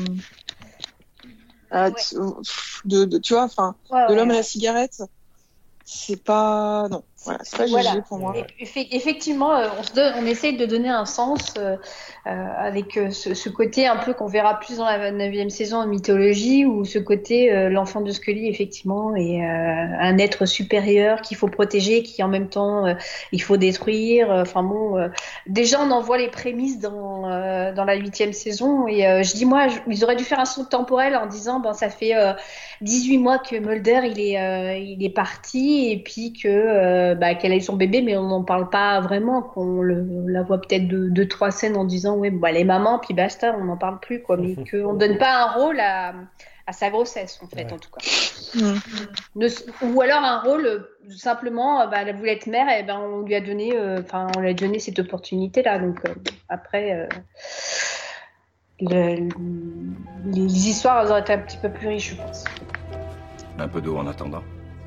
euh, ouais. de, de, tu vois, enfin, ouais, de l'homme ouais, à la cigarette. C'est pas non, voilà, c'est pas voilà. G G pour moi. Effectivement, on, se donne, on essaye de donner un sens euh, avec ce, ce côté un peu qu'on verra plus dans la neuvième saison en mythologie, où ce côté euh, l'enfant de Scully effectivement est euh, un être supérieur qu'il faut protéger, qui en même temps euh, il faut détruire. Enfin bon, euh, déjà on en voit les prémices dans euh, dans la huitième saison, et euh, je dis moi je, ils auraient dû faire un saut temporel en disant ben ça fait euh, dix-huit mois que Mulder il est euh, il est parti. Et puis que euh, bah, qu'elle a eu son bébé, mais on n'en parle pas vraiment, qu'on le, la voit peut-être deux, deux, trois scènes en disant ouais, bah, elle est maman, puis basta, on n'en parle plus, quoi, mais qu'on ne donne pas un rôle à, à sa grossesse, en fait, ouais. en tout cas. Mmh. Ne, ou alors un rôle, euh, simplement, bah, elle voulait être mère, et ben, on lui a donné, enfin, euh, on lui a donné cette opportunité-là, donc euh, après... Euh... le, les histoires elles auraient été un petit peu plus riches, je pense. Un peu d'eau en attendant.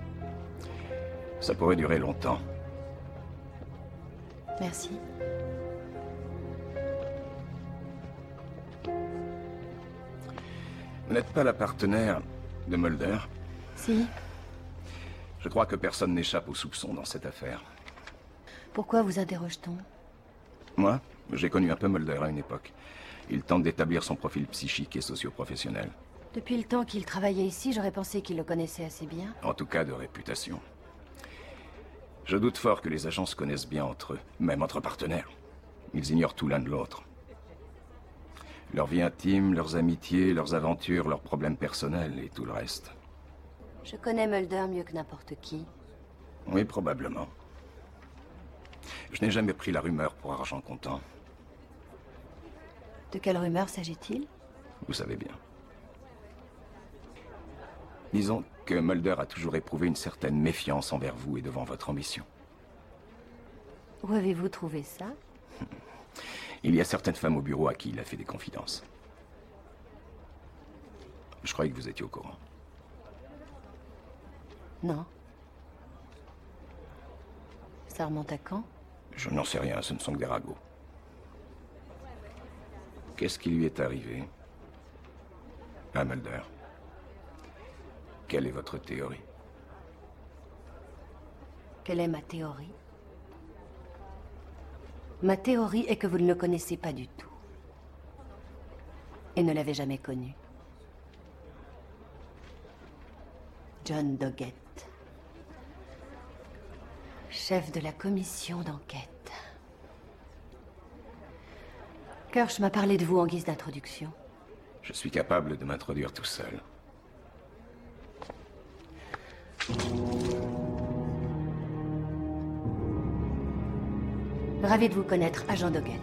Ça pourrait durer longtemps. Merci. Vous n'êtes pas la partenaire de Mulder? Si. Je crois que personne n'échappe aux soupçons dans cette affaire. Pourquoi vous interroge-t-on? Moi, j'ai connu un peu Mulder à une époque. Il tente d'établir son profil psychique et socio-professionnel. Depuis le temps qu'il travaillait ici, j'aurais pensé qu'il le connaissait assez bien. En tout cas, de réputation. Je doute fort que les agents se connaissent bien entre eux, même entre partenaires. Ils ignorent tout l'un de l'autre. Leur vie intime, leurs amitiés, leurs aventures, leurs problèmes personnels et tout le reste. Je connais Mulder mieux que n'importe qui. Oui, probablement. Je n'ai jamais pris la rumeur pour argent comptant. De quelle rumeur s'agit-il? Vous savez bien. Disons que Mulder a toujours éprouvé une certaine méfiance envers vous et devant votre ambition. Où avez-vous trouvé ça? Il y a certaines femmes au bureau à qui il a fait des confidences. Je croyais que vous étiez au courant. Non. Ça remonte à quand? Je n'en sais rien, ce ne sont que des ragots. Qu'est-ce qui lui est arrivé à Mulder? Quelle est votre théorie? Quelle est ma théorie? Ma théorie est que vous ne le connaissez pas du tout. Et ne l'avez jamais connu. John Doggett. Chef de la commission d'enquête. Kirsch m'a parlé de vous en guise d'introduction. Je suis capable de m'introduire tout seul. Ravi de vous connaître, agent Doggett.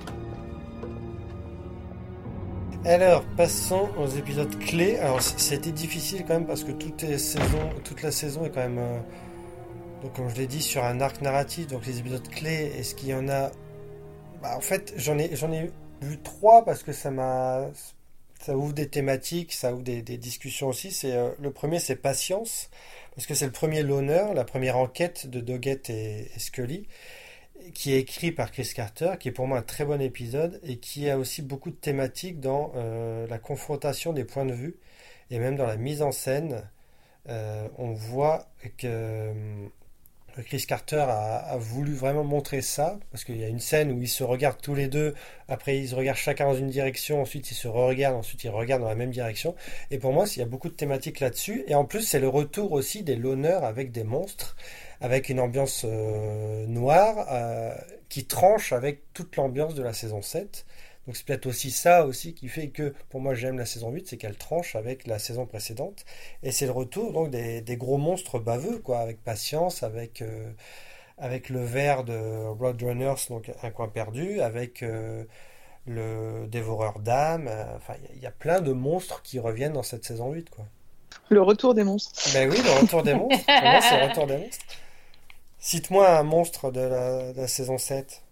Alors, passons aux épisodes clés. Alors, c'était difficile quand même parce que toute, les saisons, toute la saison est quand même, euh, donc comme je l'ai dit, sur un arc narratif. Donc les épisodes clés, est-ce qu'il y en a? Bah, en fait, j'en ai, j'en ai vu trois parce que ça m'a, ça ouvre des thématiques, ça ouvre des, des discussions aussi. C'est euh, le premier, c'est Patience, parce que c'est le premier l'honneur, la première enquête de Doggett et, et Scully, qui est écrit par Chris Carter, qui est pour moi un très bon épisode et qui a aussi beaucoup de thématiques dans euh, la confrontation des points de vue et même dans la mise en scène. Euh, on voit que euh, Chris Carter a, a voulu vraiment montrer ça, parce qu'il y a une scène où ils se regardent tous les deux, après ils se regardent chacun dans une direction, ensuite ils se regardent, ensuite ils regardent dans la même direction, et pour moi il y a beaucoup de thématiques là-dessus, et en plus c'est le retour aussi des loners avec des monstres, avec une ambiance euh, noire euh, qui tranche avec toute l'ambiance de la saison sept. Donc c'est peut-être aussi ça aussi qui fait que pour moi j'aime la saison huit, c'est qu'elle tranche avec la saison précédente. Et c'est le retour donc des, des gros monstres baveux, quoi, avec Patience, avec, euh, avec le ver de Roadrunners, donc Un coin perdu, avec euh, le dévoreur d'âmes. Euh, enfin, il y, y a plein de monstres qui reviennent dans cette saison huit, quoi. Le retour des monstres. Ben oui, le retour des monstres. Pour moi, c'est le retour des monstres. Cite-moi un monstre de la, de la saison sept.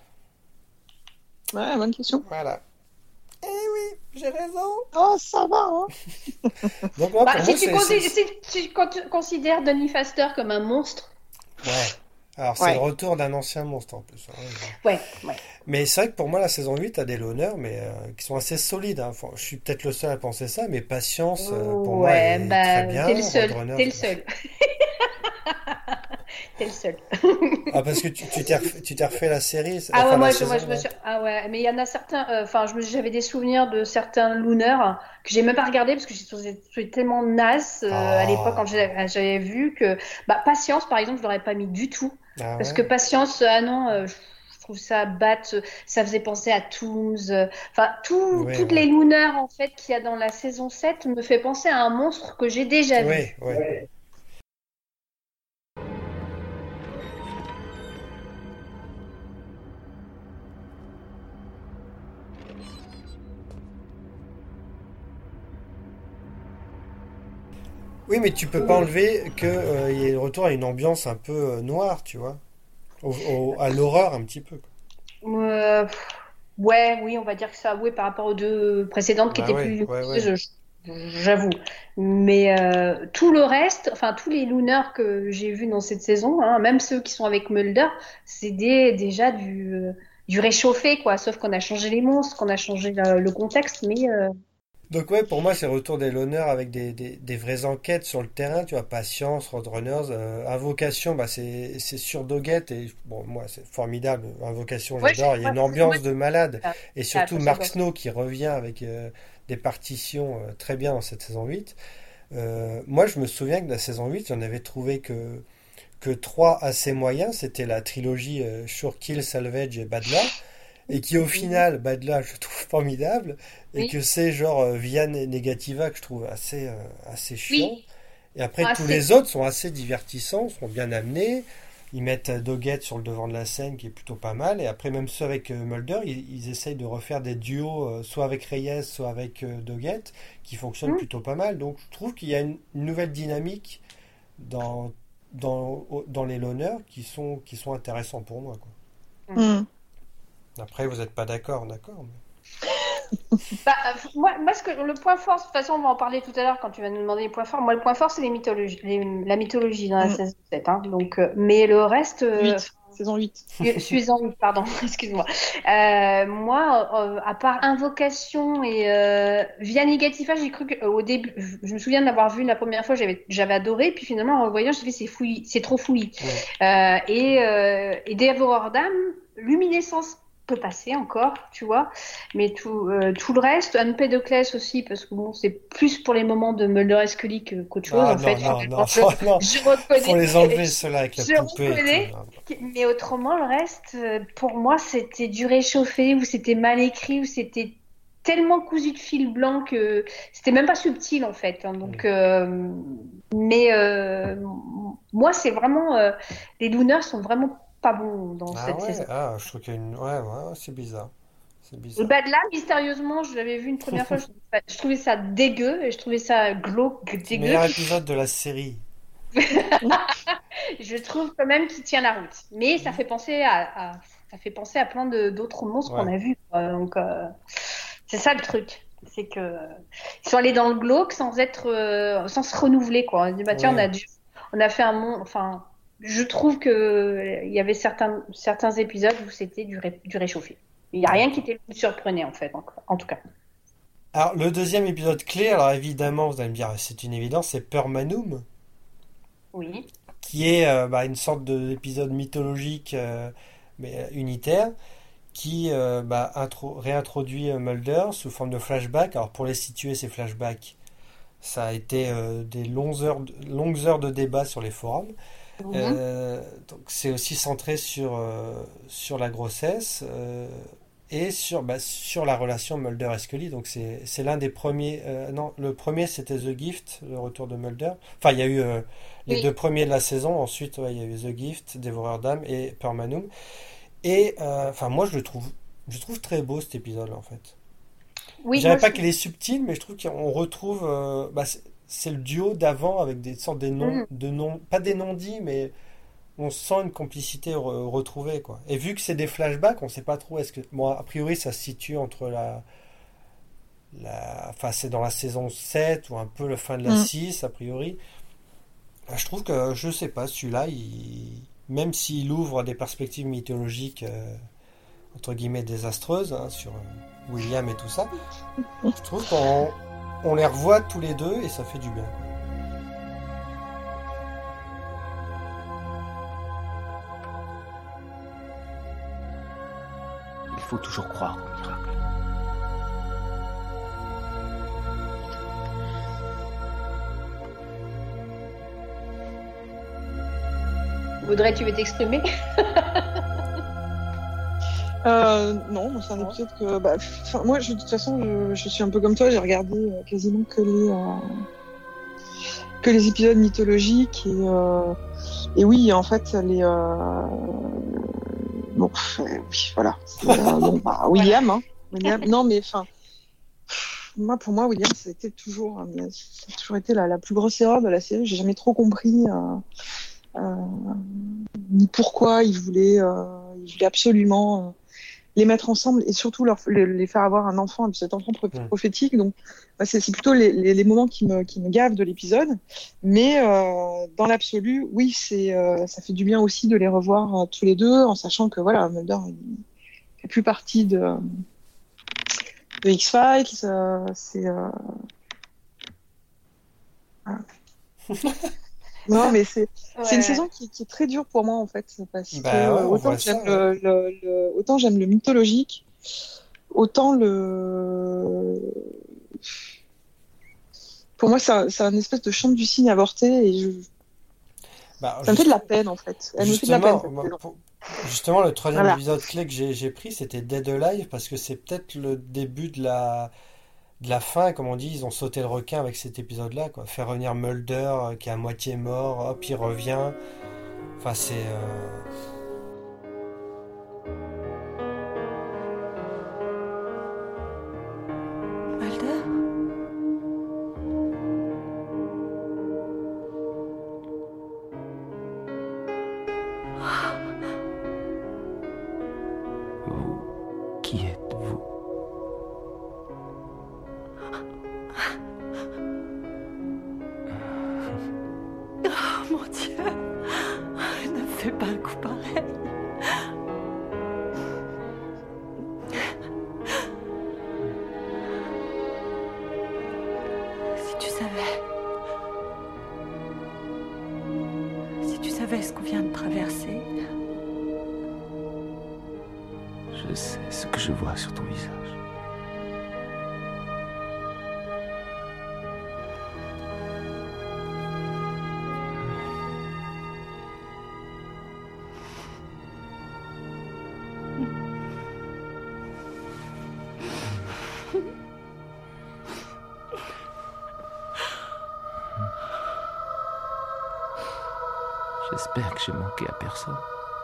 Ouais, bonne question. Voilà. Eh oui, j'ai raison. Oh, ça va, hein. Donc, moi, Bah, pour si, moi, tu c'est- consi- c'est- si tu con- considères Donny Faster comme un monstre, Ouais. Alors, c'est Ouais. le retour d'un ancien monstre, en plus. hein. ouais, ouais. Mais c'est vrai que pour moi, la saison huit a des loners, mais euh, qui sont assez solides. hein. Enfin, je suis peut-être le seul à penser ça, mais Patience, euh, pour moi, ouais, est bah, très bien. t'es le seul, Roadrunners- t'es le seul. T'es le seul. Ah, parce que tu tu t'es refait, tu t'es refait la série. Ah enfin, ouais, la moi, je, saison, moi, je me là. suis... Ah ouais, mais il y en a certains... euh, Enfin, je me- j'avais des souvenirs de certains Lunars que j'ai même pas regardé parce que j'ai trouvé trouvé tellement naze euh, à Oh. l'époque quand j'ai- j'avais vu que... Bah, Patience, par exemple, je l'aurais pas mis du tout. Ah Parce ouais. que Patience, ah non, euh, je je trouve ça bat, euh, ça faisait penser à Tooms. euh, Enfin, tout, Ouais, toutes ouais. les Lunars, en fait, qu'il y a dans la saison sept me fait penser à un monstre que j'ai déjà vu. Oui, oui. Oui, mais tu peux pas enlever que euh, il y ait le retour à une ambiance un peu euh, noire, tu vois, Au- au- à l'horreur un petit peu. quoi. Euh, pff, Ouais, oui, on va dire que ça, oui, par rapport aux deux précédentes qui Bah étaient ouais, plus ouais, ouais. lumineuses, je- j'avoue. Mais euh, tout le reste, enfin tous les Lunars que j'ai vus dans cette saison, hein, même ceux qui sont avec Mulder, c'est des, déjà du, euh, du réchauffé, quoi. Sauf qu'on a changé les monstres, qu'on a changé le, le contexte, mais euh, Donc ouais, pour moi, c'est Retour des Loners avec des, des, des vraies enquêtes sur le terrain, tu vois, Patience, Roadrunners, euh, Invocation, bah c'est c'est sur Doggett et bon, moi c'est formidable, Invocation, ouais, j'adore, il y a ouais, une ouais, ambiance de malade ça- et ça, surtout ça, Mark ça, Snow qui revient avec euh, des partitions euh, très bien dans cette saison huit. Euh, moi, je me souviens que la saison huit, j'en avais trouvé que que trois assez moyens, c'était la trilogie euh, Sure Kill, Salvage et Badla. Et qui au Mhm. final, Badla, je trouve formidable, et Oui, que c'est genre euh, Via Negativa que je trouve assez, euh, assez chiant. oui, Et après, ah, tous c'est, les autres sont assez divertissants, sont bien amenés. Ils mettent euh, Doggett sur le devant de la scène, qui est plutôt pas mal. Et après, même ceux avec euh, Mulder, ils, ils essayent de refaire des duos, euh, soit avec Reyes, soit avec euh, Doggett, qui fonctionnent hmm, plutôt pas mal. Donc, je trouve qu'il y a une, une nouvelle dynamique dans, dans, dans les loners qui sont, qui sont intéressants pour moi, quoi. hmm. Mm. Après, vous n'êtes pas d'accord, d'accord. Bah, euh, moi, moi, ce que, le point fort, de toute façon, on va en parler tout à l'heure quand tu vas nous demander les points forts. Moi, le point fort, c'est les mythologies, les- la mythologie dans la Mm. saison sept. Hein. Donc, euh, mais le reste, euh, huit, saison huit. Su- Suizan, pardon, excuse-moi. Euh, moi, euh, à part Invocation et euh, Via Negativa, j'ai cru que, euh, au début, je, je me souviens d'avoir vu la première fois, j'avais, j'avais adoré, puis finalement en revoyant, j'ai fait c'est fouillis, c'est trop fouillis. Ouais. Euh, et euh, et Dévoreur d'âme, Luminescence peut passer encore, tu vois, mais tout euh, tout le reste, Empédoclès aussi, parce que bon, c'est plus pour les moments de Mulder et Scully que- qu'autre chose Ah en fait. non, non, Finalement, non, je, oh, non, je faut reconnais. les enlever ceux-là avec la Je poupée et reconnais, tout. Non. mais autrement, le reste, euh, pour moi, c'était du réchauffé, ou c'était mal écrit, ou c'était tellement cousu de fil blanc que c'était même pas subtil, en fait. Hein. Donc, Mm. euh, mais euh, moi, c'est vraiment... euh, les Lunars sont vraiment pas bons dans Ah cette saison. ouais, ah, je trouve qu'il y a une... Ouais, ouais, c'est bizarre. C'est Et bizarre. bah de là, mystérieusement, je l'avais vu une première fois, je trouvais ça, je trouvais ça dégueu, et je trouvais ça glauque, C'est le dégueu. meilleur épisode de la série. Je trouve quand même qu'il tient la route. Mais ça fait penser à, à- ça fait penser à plein de d'autres monstres qu'on Ouais. a vus, quoi. Donc euh, c'est ça le truc, c'est que ils sont allés dans le glauque sans être, euh, sans se renouveler, quoi. On a dit bah tiens, on a Ouais. dû, on a fait un monde. Enfin, je trouve que euh, il y avait certains certains épisodes où c'était du, ré- du réchauffé. Il n'y a rien qui D'accord. était plus surprenant en fait, en, en tout cas. Alors, le deuxième épisode clé, alors évidemment, vous allez me dire, c'est une évidence, c'est Permanum, Oui. qui est euh, bah, une sorte d'épisode mythologique, euh, mais euh, unitaire, qui euh, bah, intro- réintroduit euh, Mulder sous forme de flashback. Alors, pour les situer, ces flashbacks, ça a été euh, des longues heures, de, longues heures de débat sur les forums. Mhm. Euh, donc c'est aussi centré sur, euh, sur la grossesse euh, et sur, bah, sur la relation Mulder et Scully. Donc c'est, c'est l'un des premiers. Euh, non, le premier c'était The Gift, le retour de Mulder. Enfin, il y a eu euh, les Oui. deux premiers de la saison. Ensuite, ouais, il y a eu The Gift, Dévoreur d'âme et Permanum. Et euh, enfin, moi je le trouve, je trouve très beau cet épisode-là en fait. Je Oui, moi dirais pas aussi. qu'il est subtil, mais je trouve qu'on retrouve. Euh, bah, c'est, c'est le duo d'avant avec des sortes de noms, Mhm. de noms, pas des non-dits, mais on sent une complicité re- retrouvée, quoi. Et vu que c'est des flashbacks, on sait pas trop. Est-ce que, bon, a priori, ça se situe entre la, la, enfin, c'est dans la saison sept ou un peu la fin de la Mm. six, a priori. Bah, je trouve que, je sais pas, celui-là, il, même s'il ouvre des perspectives mythologiques, euh, entre guillemets, désastreuses, hein, sur euh, William et tout ça, je trouve qu'on on les revoit tous les deux et ça fait du bien, quoi. Il faut toujours croire au miracle. Audrey, tu veux t'exprimer? Euh, non, moi, c'est un Ouais. épisode que, bah, enfin, moi, je, de toute façon, je, je suis un peu comme toi, j'ai regardé euh, quasiment que les, euh, que les épisodes mythologiques et, euh, et oui, en fait, les, euh, bon, euh, oui, voilà. C'est, euh, bon, bah, William, hein, William. Non, mais enfin, moi, pour moi, William, c'était toujours, euh, ça a toujours été la, la plus grosse erreur de la série. J'ai jamais trop compris, euh, euh, ni pourquoi il voulait, euh, il voulait absolument. Euh, les mettre ensemble et surtout leur, les, les faire avoir un enfant, cet enfant prophétique. Donc, bah, c'est, c'est plutôt les, les, les moments qui me, qui me gavent de l'épisode. Mais euh, dans l'absolu, oui, c'est, euh, ça fait du bien aussi de les revoir euh, tous les deux, en sachant que voilà, Mulder il fait plus partie de, de X-Files. Euh, c'est euh... voilà. Non, mais c'est, ouais. c'est une saison qui, qui est très dure pour moi, en fait, parce bah, que ouais, autant, j'aime ça, le, ouais. le, le, autant j'aime le mythologique, autant le... Pour moi, c'est un, c'est un espèce de chant du cygne avorté, et je... bah, ça juste... me fait de la peine, en fait. Elle me fait de la peine, bah, pour... Justement, le troisième voilà. épisode clé que j'ai, j'ai pris, c'était Dead Alive, parce que c'est peut-être le début de la... de la fin, comme on dit, ils ont sauté le requin avec cet épisode-là, quoi. Faire revenir Mulder, euh, qui est à moitié mort, hop, il revient. Enfin, c'est... Euh... Mulder ? Vous, qui êtes-vous ? Oh mon Dieu, ne fais pas un coup pareil. Si tu savais... Si tu savais ce qu'on vient de traverser... Je sais ce que je vois sur ton visage. J'espère que j'ai manqué à personne.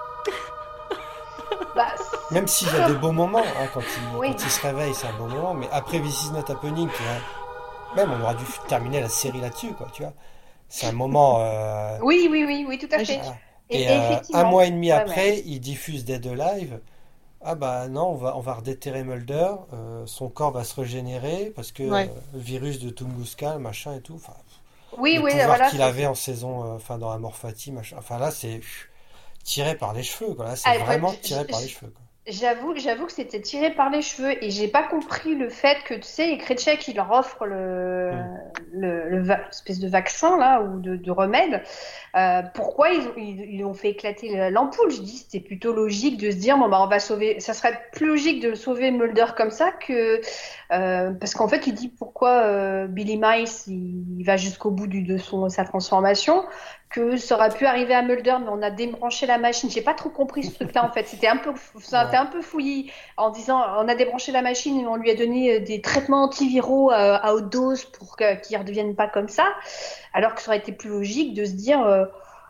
Bah, Même s'il y a des beaux moments, hein, quand, il, oui. quand il se réveille, c'est un beau moment, mais après This Is Not Happening, tu vois, même on aurait dû terminer la série là-dessus, quoi, tu vois. C'est un moment... Euh... Oui, oui, oui, oui, tout à fait. Voilà. Et, Et, euh, un mois et demi ouais, après, ouais. il diffuse Dead Alive. Ah bah non, on va, on va redéterrer Mulder, euh, son corps va se régénérer, parce que ouais. euh, le virus de Tunguska, le machin et tout, enfin... Oui, le oui, pouvoir voilà, qu'il avait en saison, euh, enfin dans Amor Fati, machin. Enfin là, c'est pff, tiré par les cheveux, quoi. Là, c'est ah, vraiment ouais, tiré je, par les cheveux, quoi. J'avoue, j'avoue que c'était tiré par les cheveux et j'ai pas compris le fait que tu sais, Krycek il leur offre le, mm. le, le va- espèce de vaccin là ou de, de remède. Euh, pourquoi ils ont, ils, ils ont fait éclater l'ampoule? Je dis c'était plutôt logique de se dire bon bah on va sauver. Ça serait plus logique de sauver Mulder comme ça que euh, parce qu'en fait il dit pourquoi euh, Billy Miles il, il va jusqu'au bout du, de son sa transformation. Que ça aurait pu arriver à Mulder, mais on a débranché la machine. J'ai pas trop compris ce truc-là en fait. C'était un peu, ça ouais. un peu fouillis en disant on a débranché la machine et on lui a donné des traitements antiviraux à, à haute dose pour que, qu'il ne redevienne pas comme ça. Alors que ça aurait été plus logique de se dire, euh,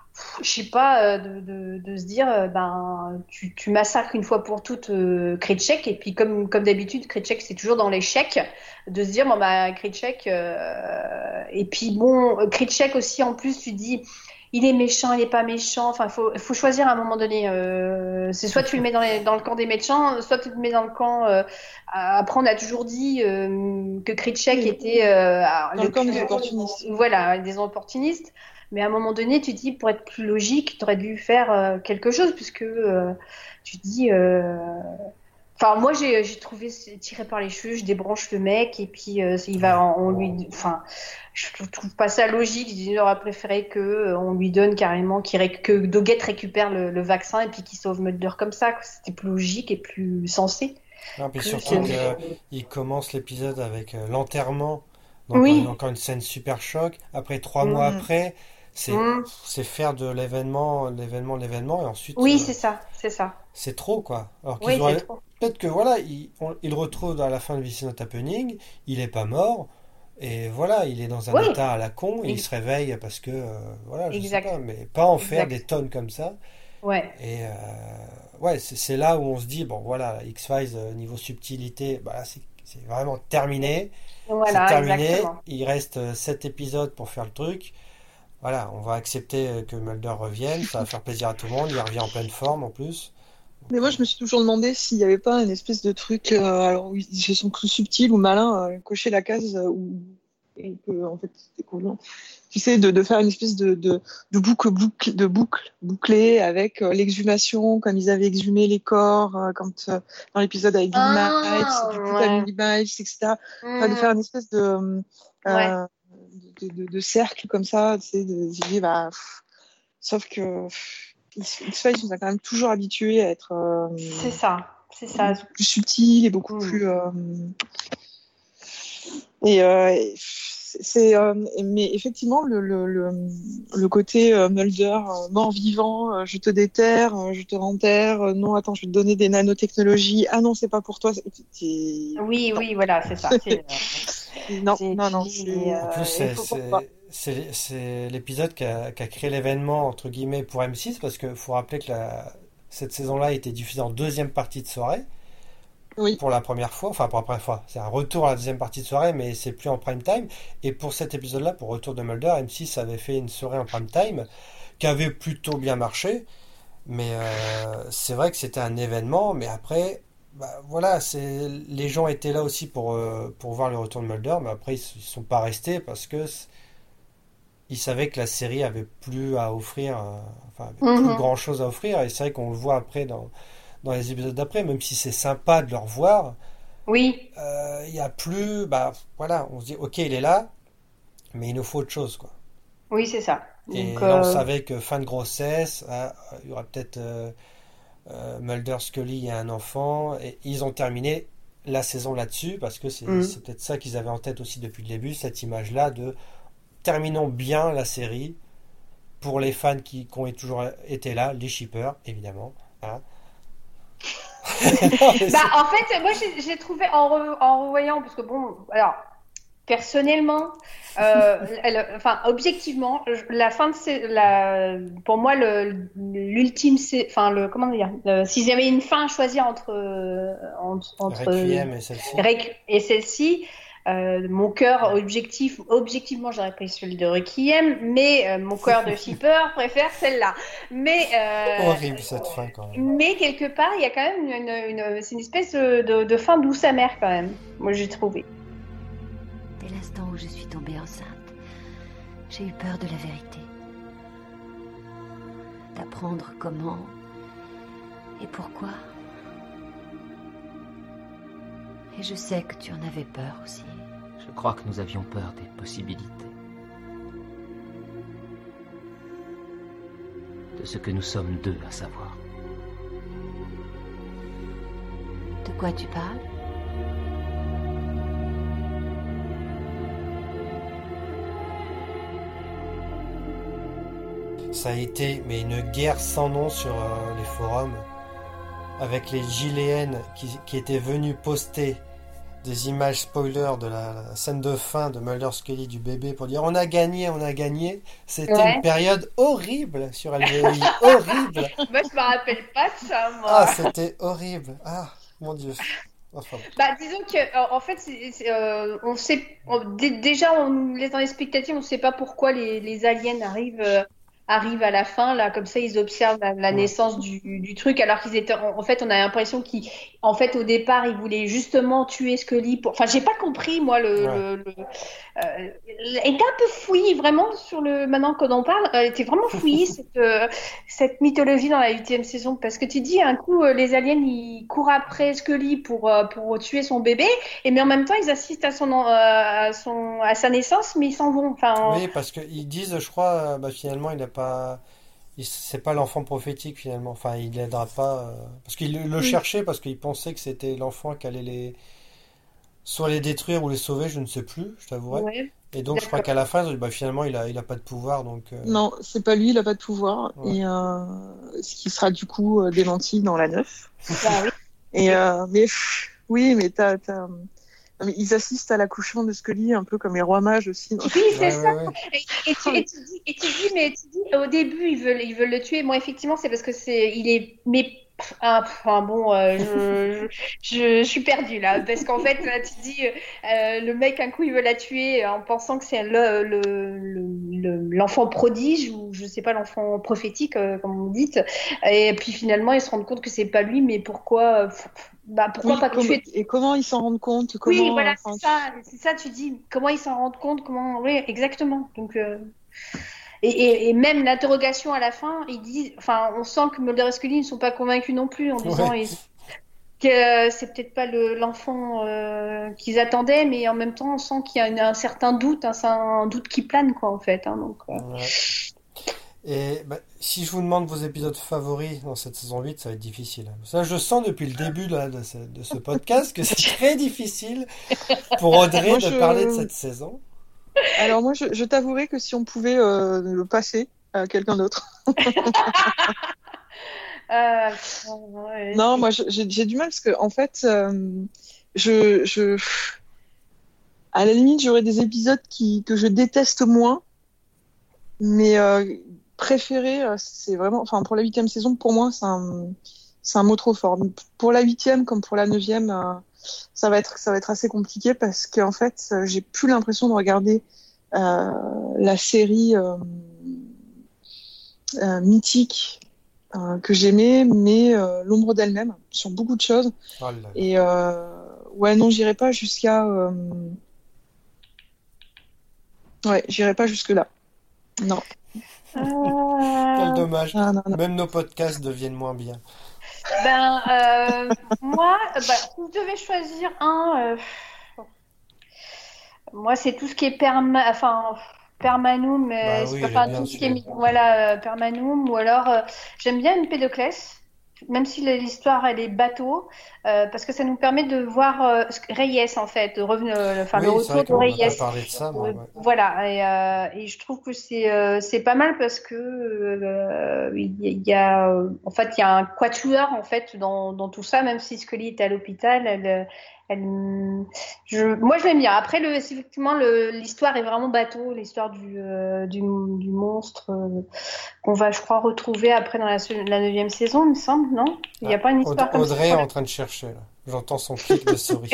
je sais pas, de, de, de se dire, euh, ben tu, tu massacres une fois pour toutes euh, Krycek et puis comme comme d'habitude Krycek c'est toujours dans l'échec de se dire bon bah Krycek euh, et puis bon Krycek aussi en plus tu dis il est méchant, il est pas méchant. Enfin, il faut, faut choisir à un moment donné. Euh, c'est soit tu le mets dans, les, dans le camp des méchants, soit tu le mets dans le camp. Euh, après, on a toujours dit euh, que Krycek oui. était euh, dans le, le camp des opportunistes. Voilà, des opportunistes. Mais à un moment donné, tu dis pour être plus logique, tu aurais dû faire euh, quelque chose, puisque euh, tu dis. Euh... Enfin, moi, j'ai, j'ai trouvé tiré par les cheveux, je débranche le mec et puis euh, il va, on, on lui, enfin, je trouve pas ça logique. J'aurais préféré que euh, on lui donne carrément, qu'il ré, que Doggett récupère le, le vaccin et puis qu'il sauve Mulder comme ça. C'était plus logique et plus sensé. Non, puis surtout qu'il commence l'épisode avec euh, l'enterrement, donc oui. encore une scène super choc. Après trois mmh. mois après. C'est, mmh. c'est faire de l'événement, l'événement, l'événement, et ensuite. Oui, euh, c'est ça, c'est ça. C'est trop, quoi. Alors qu'ils oui, auraient... c'est trop. Peut-être que voilà, ils on, il le retrouvent à la fin de This Is Not Happening, il est pas mort, et voilà, il est dans un oui. état à la con, et il, il se réveille parce que, euh, voilà, je exact. sais pas, mais pas en faire exact. Des tonnes comme ça. Ouais. Et euh, ouais, c'est, c'est là où on se dit, bon, voilà, X-Files, euh, niveau subtilité, bah, c'est, c'est vraiment terminé. Voilà, c'est terminé. Exactement. Il reste sept épisodes pour faire le truc. Voilà, on va accepter que Mulder revienne, ça va faire plaisir à tout le monde, il revient en pleine forme en plus. Mais moi, je me suis toujours demandé s'il n'y avait pas une espèce de truc, euh, alors ils se sont plus subtils ou malins, euh, cocher la case euh, où et que, en fait, c'était cool. Non tu sais, de, de faire une espèce de, de, de boucle, boucle, de boucle bouclée avec euh, l'exhumation, comme ils avaient exhumé les corps, euh, quand euh, dans l'épisode avec Billy Ah, Miles, du coup, ouais. t'as Billy Miles, et cetera. Enfin, de Mm. faire une espèce de, euh, Ouais. de, de, de cercle comme ça, tu sais, de se dire, bah, pff, sauf que pff, X-Files nous a quand même toujours habitués à être euh, C'est ça, c'est ça. beaucoup plus subtil et beaucoup Mm. plus. Euh, et euh, et c'est, euh, mais effectivement, le, le, le, le côté euh, Mulder, euh, mort-vivant, euh, je te déterre, euh, je te renterre, euh, non, attends, je vais te donner des nanotechnologies, ah non, c'est pas pour toi. C'est... c'est- Oui, non. oui, voilà, c'est ça. C'est, euh, Non, c'est- non, non. c'est- c'est- euh, En plus, il c'est, faut c'est, comprendre. c'est, c'est l'épisode qui a, qui a créé l'événement, entre guillemets, pour M six, parce qu'il faut rappeler que la, cette saison-là a été diffusée en deuxième partie de soirée, Oui. pour la première fois, enfin pour la première fois, c'est un retour à la deuxième partie de soirée, mais c'est plus en prime time. Et pour cet épisode-là, pour Retour de Mulder, M six avait fait une soirée en prime time, qui avait plutôt bien marché, mais euh, c'est vrai que c'était un événement, mais après... Bah, voilà, c'est les gens étaient là aussi pour euh, pour voir le retour de Mulder, mais après ils, s- ils sont pas restés parce que c- ils savaient que la série avait plus à offrir, euh, enfin avait plus Mhm. grand chose à offrir. Et c'est vrai qu'on le voit après dans dans les épisodes d'après, même si c'est sympa de le revoir, Oui, euh, il y a plus, bah voilà, on se dit ok il est là, mais il nous faut autre chose quoi. oui, c'est ça. Et Donc, là on euh, savait que fin de grossesse, ah, il y aura peut-être euh, euh, Mulder, Scully et un enfant, et ils ont terminé la saison là-dessus, parce que c'est mm. c'est peut-être ça qu'ils avaient en tête aussi depuis le début, cette image-là de terminons bien la série pour les fans qui, qui ont toujours été là, les shippers, évidemment. Hein. Non, mais Bah, c'est- en fait, moi, j'ai j'ai trouvé en, re- en revoyant, parce que bon, alors, personnellement, euh, elle- enfin, objectivement, je- la fin de ces- la, pour moi, le, l'ultime, c'est, enfin, le, comment dire, le- s'il y avait une fin à choisir entre, euh, entre, entre Requiem et celle-ci. Rec- et celle-ci, euh, mon cœur objectif, objectivement, j'aurais pris celui de Requiem, mais euh, mon cœur de shipper préfère celle-là. Mais euh, Horrible cette fin quand même. mais quelque part, il y a quand même une, une, c'est une espèce de, de, de fin douce amère quand même. Moi, j'ai trouvé. Dès l'instant où je suis tombée enceinte, j'ai eu peur de la vérité. D'apprendre comment et pourquoi. Et je sais que tu en avais peur aussi. Je crois que nous avions peur des possibilités. De ce que nous sommes deux à savoir. De quoi tu parles? Ça a été mais une guerre sans nom sur euh, les forums, avec les Giléennes qui, qui étaient venus poster des images spoilers de la, la scène de fin de Mulder Scully du bébé pour dire on a gagné, on a gagné. C'était Ouais. une période horrible sur L G I, horrible. Moi, je me rappelle pas de ça, moi. Ah, c'était horrible. Ah, mon Dieu. Enfin, bon. Bah, disons que, euh, en fait, c'est, c'est, euh, on sait, on- dé- déjà, on laisse dans les spectateurs, on sait pas pourquoi les, les aliens arrivent, euh, arrivent à la fin, là, comme ça, ils observent la, la Ouais. naissance du, du truc, alors qu'ils étaient, en, en fait, on a l'impression qu'ils, en fait, au départ, ils voulaient justement tuer Scully pour, enfin, j'ai pas compris, moi, le, Ouais. le, le- euh, elle était un peu fouillie, vraiment, sur le, maintenant qu'on en parle, elle était vraiment fouillie, cette, euh, cette mythologie dans la huitième saison, parce que tu dis, un coup, euh, les aliens, ils courent après Scully pour, euh, pour tuer son bébé, et mais en même temps, ils assistent à son, euh, à son, à sa naissance, mais ils s'en vont, enfin, Oui, parce qu'ils disent, je crois, euh, bah, finalement, il n'a pas. il- C'est pas l'enfant prophétique finalement. Enfin, il l'aidera pas. euh, Parce qu'il le le Mm. cherchait parce qu'il pensait que c'était l'enfant qui allait les. Soit les détruire ou les sauver, je ne sais plus, je t'avouerai. ouais. Et donc, je crois D'accord. qu'à la fin, ils ont dit, bah, finalement, il a, il a pas de pouvoir, donc. euh, Non, c'est pas lui, il a pas de pouvoir. Ouais. Et euh, ce qui sera du coup euh, démenti dans la neuf. Bah oui. Et euh, mais pff, oui, mais t'as, t'as... non, mais ils assistent à l'accouchement de Scully un peu comme les rois mages aussi. Oui, c'est ouais, ça. ouais, ouais. Et, et tu, et tu dis, et tu dis, mais tu dis, au début, ils veulent, ils veulent le tuer. Moi, effectivement, c'est parce que c'est, il est, mais Ah, enfin bon, euh, je, je, je, je suis perdue là, parce qu'en fait, là, tu te dis, euh, le mec, un coup, il veut la tuer en pensant que c'est le, le, le, le- l'enfant prodige, ou je sais pas, l'enfant prophétique, euh, comme vous dites, et puis finalement, il se rend compte que c'est pas lui, mais pourquoi, euh, bah, pourquoi Oui, pas comme- tuer? et comment ils s'en rendent compte? Oui, Comment, voilà, euh, enfin, c'est ça, c'est ça, tu dis, comment ils s'en rendent compte, comment, oui, exactement, donc... euh, Et, et, et même l'interrogation à la fin, ils disent, enfin, on sent que Mulder et Scully ne sont pas convaincus non plus en disant Ouais. ils- que euh, c'est peut-être pas le, l'enfant euh, qu'ils attendaient, mais en même temps, on sent qu'il y a une- un certain doute, un, un doute qui plane, quoi, en fait. Hein, donc, euh. Ouais. Et bah, si je vous demande vos épisodes favoris dans cette saison huit, ça va être difficile. Hein. Ça, je sens depuis le début là, de, ce, de ce podcast que c'est très difficile pour Audrey moi, de parler de je, cette saison. alors moi, je, je t'avouerai que si on pouvait euh, le passer à quelqu'un d'autre. Euh, ouais, Non, c'est- moi, je- j'ai j'ai du mal parce que en fait, euh, je, je, à la limite, j'aurais des épisodes qui que je déteste moins, mais euh, préféré, euh, c'est vraiment, enfin, pour la huitième saison, pour moi, c'est un, c'est un mot trop fort. Donc, pour la huitième, comme pour la neuvième, euh, ça va être, ça va être assez compliqué parce qu'en fait, euh, j'ai plus l'impression de regarder euh, la série euh, euh, mythique euh, que j'aimais, mais euh, l'ombre d'elle-même sur beaucoup de choses. Oh là là. Et euh, ouais, non, j'irai pas jusqu'à. Euh... Ouais, j'irai pas jusque là. Non. Quel Euh, dommage. Ah, non, non. Même nos podcasts deviennent moins bien. ben, euh, moi, bah, si je devais choisir un, euh, moi, c'est tout ce qui est perma, enfin, permanum, mais Bah c'est oui, pas, il est enfin, bien tout ce qui est, celui-là. voilà, euh, permanum, ou alors, euh, j'aime bien Empédoclès, même si l'histoire, elle est bateau, euh, parce que ça nous permet de voir euh, ce que- Reyes, en fait, de revenir, euh, enfin, le Oui, c'est vrai retour de qu'on n'a pas Reyes. parlé de ça, mais Euh, ouais. Voilà, et, euh, et je trouve que c'est euh, c'est pas mal parce que euh, il y, il y a euh, en fait il y a un quatuor en fait dans, dans tout ça, même si Scully est à l'hôpital, elle, elle, je, moi je l'aime bien. Après le effectivement le, l'histoire est vraiment bateau, l'histoire du, euh, du du monstre euh, qu'on va je crois retrouver après dans la la neuvième saison, il me semble, non? Il n'y a Ah, pas une Aud- histoire comme ça Audrey est pour en le... train de chercher là. J'entends son clic de souris.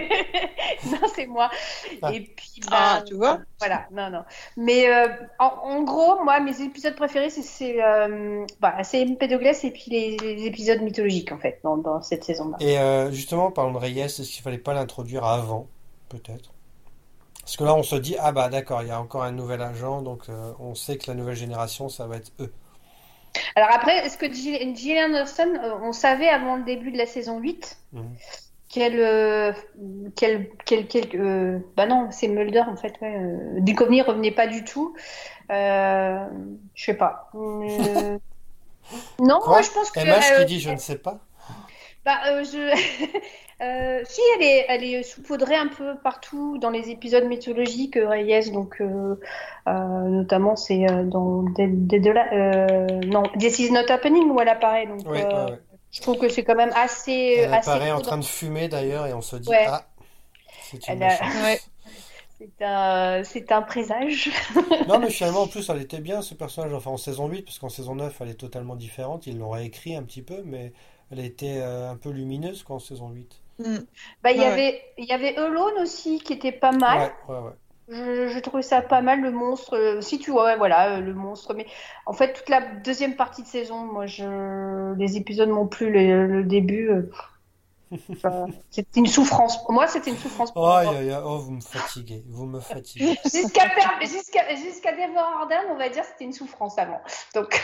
Non, c'est moi. Ah, Et puis, Ah, ben, tu vois? voilà, non, non. Mais euh, en, en gros, moi, mes épisodes préférés, c'est c'est euh, bah, c'est Empédoclès et puis les, les épisodes mythologiques, en fait, dans, dans cette saison-là. et euh, justement, parlons de Reyes, est-ce qu'il fallait pas l'introduire avant, peut-être? Parce que là, on se dit, ah bah d'accord, il y a encore un nouvel agent, donc euh, on sait que la nouvelle génération, ça va être eux. Alors après, est-ce que Gill- Gillian Anderson, euh, on savait avant le début de la saison huit Mhm. qu'elle... Euh, qu'elle, qu'elle, qu'elle, euh, bah non, c'est Mulder, en fait. Ouais, euh, Duchovny revenait pas du tout. Euh, je sais pas. Euh, non, moi, Quoi? je pense que... M H qui euh, dit, je ne sais pas. Bah, euh, je... euh, si, elle est, elle est saupoudrée un peu partout dans les épisodes mythologiques, euh, Reyes, donc euh, euh, notamment c'est euh, dans Dead, Dead Ala- euh, non, This Is Not Happening où elle apparaît, donc Oui, euh, ouais, ouais. je trouve que c'est quand même assez, Elle assez apparaît en poudre. train de fumer d'ailleurs, et on se dit, Ouais, ah, c'est une elle a... méchante. Ouais. c'est un, c'est un présage. Non, mais finalement, en plus, elle était bien, ce personnage, enfin en saison huit, parce qu'en saison neuf, elle est totalement différente. Ils l'ont réécrit un petit peu, mais elle était euh, un peu lumineuse, quoi, en saison huit. Mm. Bah, il y Ouais, ouais. avait, il y avait Alone aussi qui était pas mal. Ouais, ouais, ouais. Je, je trouvais ça pas mal, le monstre. euh, Si tu vois, ouais, voilà, euh, le monstre. Mais en fait, toute la deuxième partie de saison, moi, je... les épisodes m'ont plu. Le, le début, euh, enfin, c'était une souffrance. Pour moi, c'était une souffrance pour Aïe, moi. aïe, aïe, oh, vous me fatiguez, vous me fatiguez. Jusqu'à per- jusqu'à jusqu'à Devorah Arden, on va dire, c'était une souffrance avant. Donc,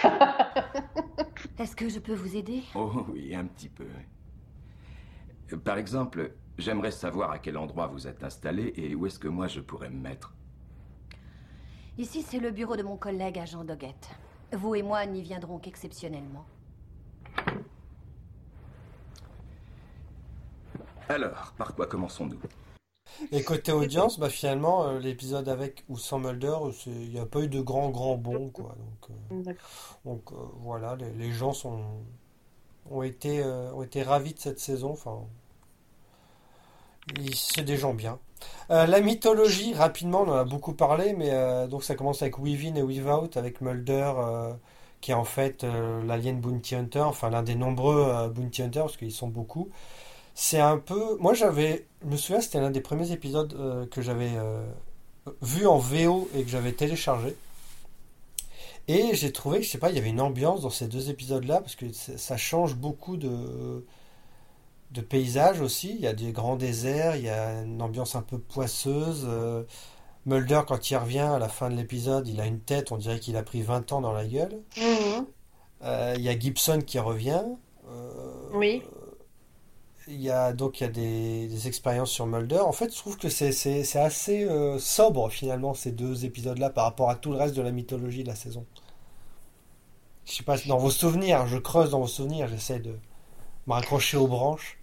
Est-ce que je peux vous aider? Oh oui, un petit peu. Par exemple, j'aimerais savoir à quel endroit vous êtes installé et où est-ce que moi je pourrais me mettre. Ici, c'est le bureau de mon collègue agent Doggett. Vous et moi n'y viendrons qu'exceptionnellement. Alors, par quoi commençons-nous? Et côté audience, bah finalement, euh, l'épisode avec ou sans Mulder, c'est- il n'y a pas eu de grand grand bon, quoi. Donc, euh, d'accord. donc euh, voilà, les, les gens sont, ont été, euh, ont été ravis de cette saison. Enfin, ils- c'est des gens bien. Euh, la mythologie, rapidement, on en a beaucoup parlé, mais euh, donc ça commence avec Within et Without, avec Mulder euh, qui est en fait euh, l'alien bounty hunter, enfin l'un des nombreux euh, bounty hunters, parce qu'ils sont beaucoup. C'est un peu... Moi, j'avais... Je me souviens, c'était l'un des premiers épisodes euh, que j'avais euh, vu en V O et que j'avais téléchargé. Et j'ai trouvé que, je sais pas, il y avait une ambiance dans ces deux épisodes-là, parce que ça change beaucoup de, de paysages aussi. Il y a des grands déserts, il y a une ambiance un peu poisseuse. Euh, Mulder, quand il revient à la fin de l'épisode, il a une tête, on dirait qu'il a pris vingt ans dans la gueule. Mhm. Euh, il y a Gibson qui revient. Euh, Oui. il y a donc il y a des, des expériences sur Mulder. En fait, je trouve que c'est c'est c'est assez euh, sobre finalement ces deux épisodes-là par rapport à tout le reste de la mythologie de la saison. Je sais pas, dans vos souvenirs, je creuse dans vos souvenirs, j'essaie de me raccrocher aux branches.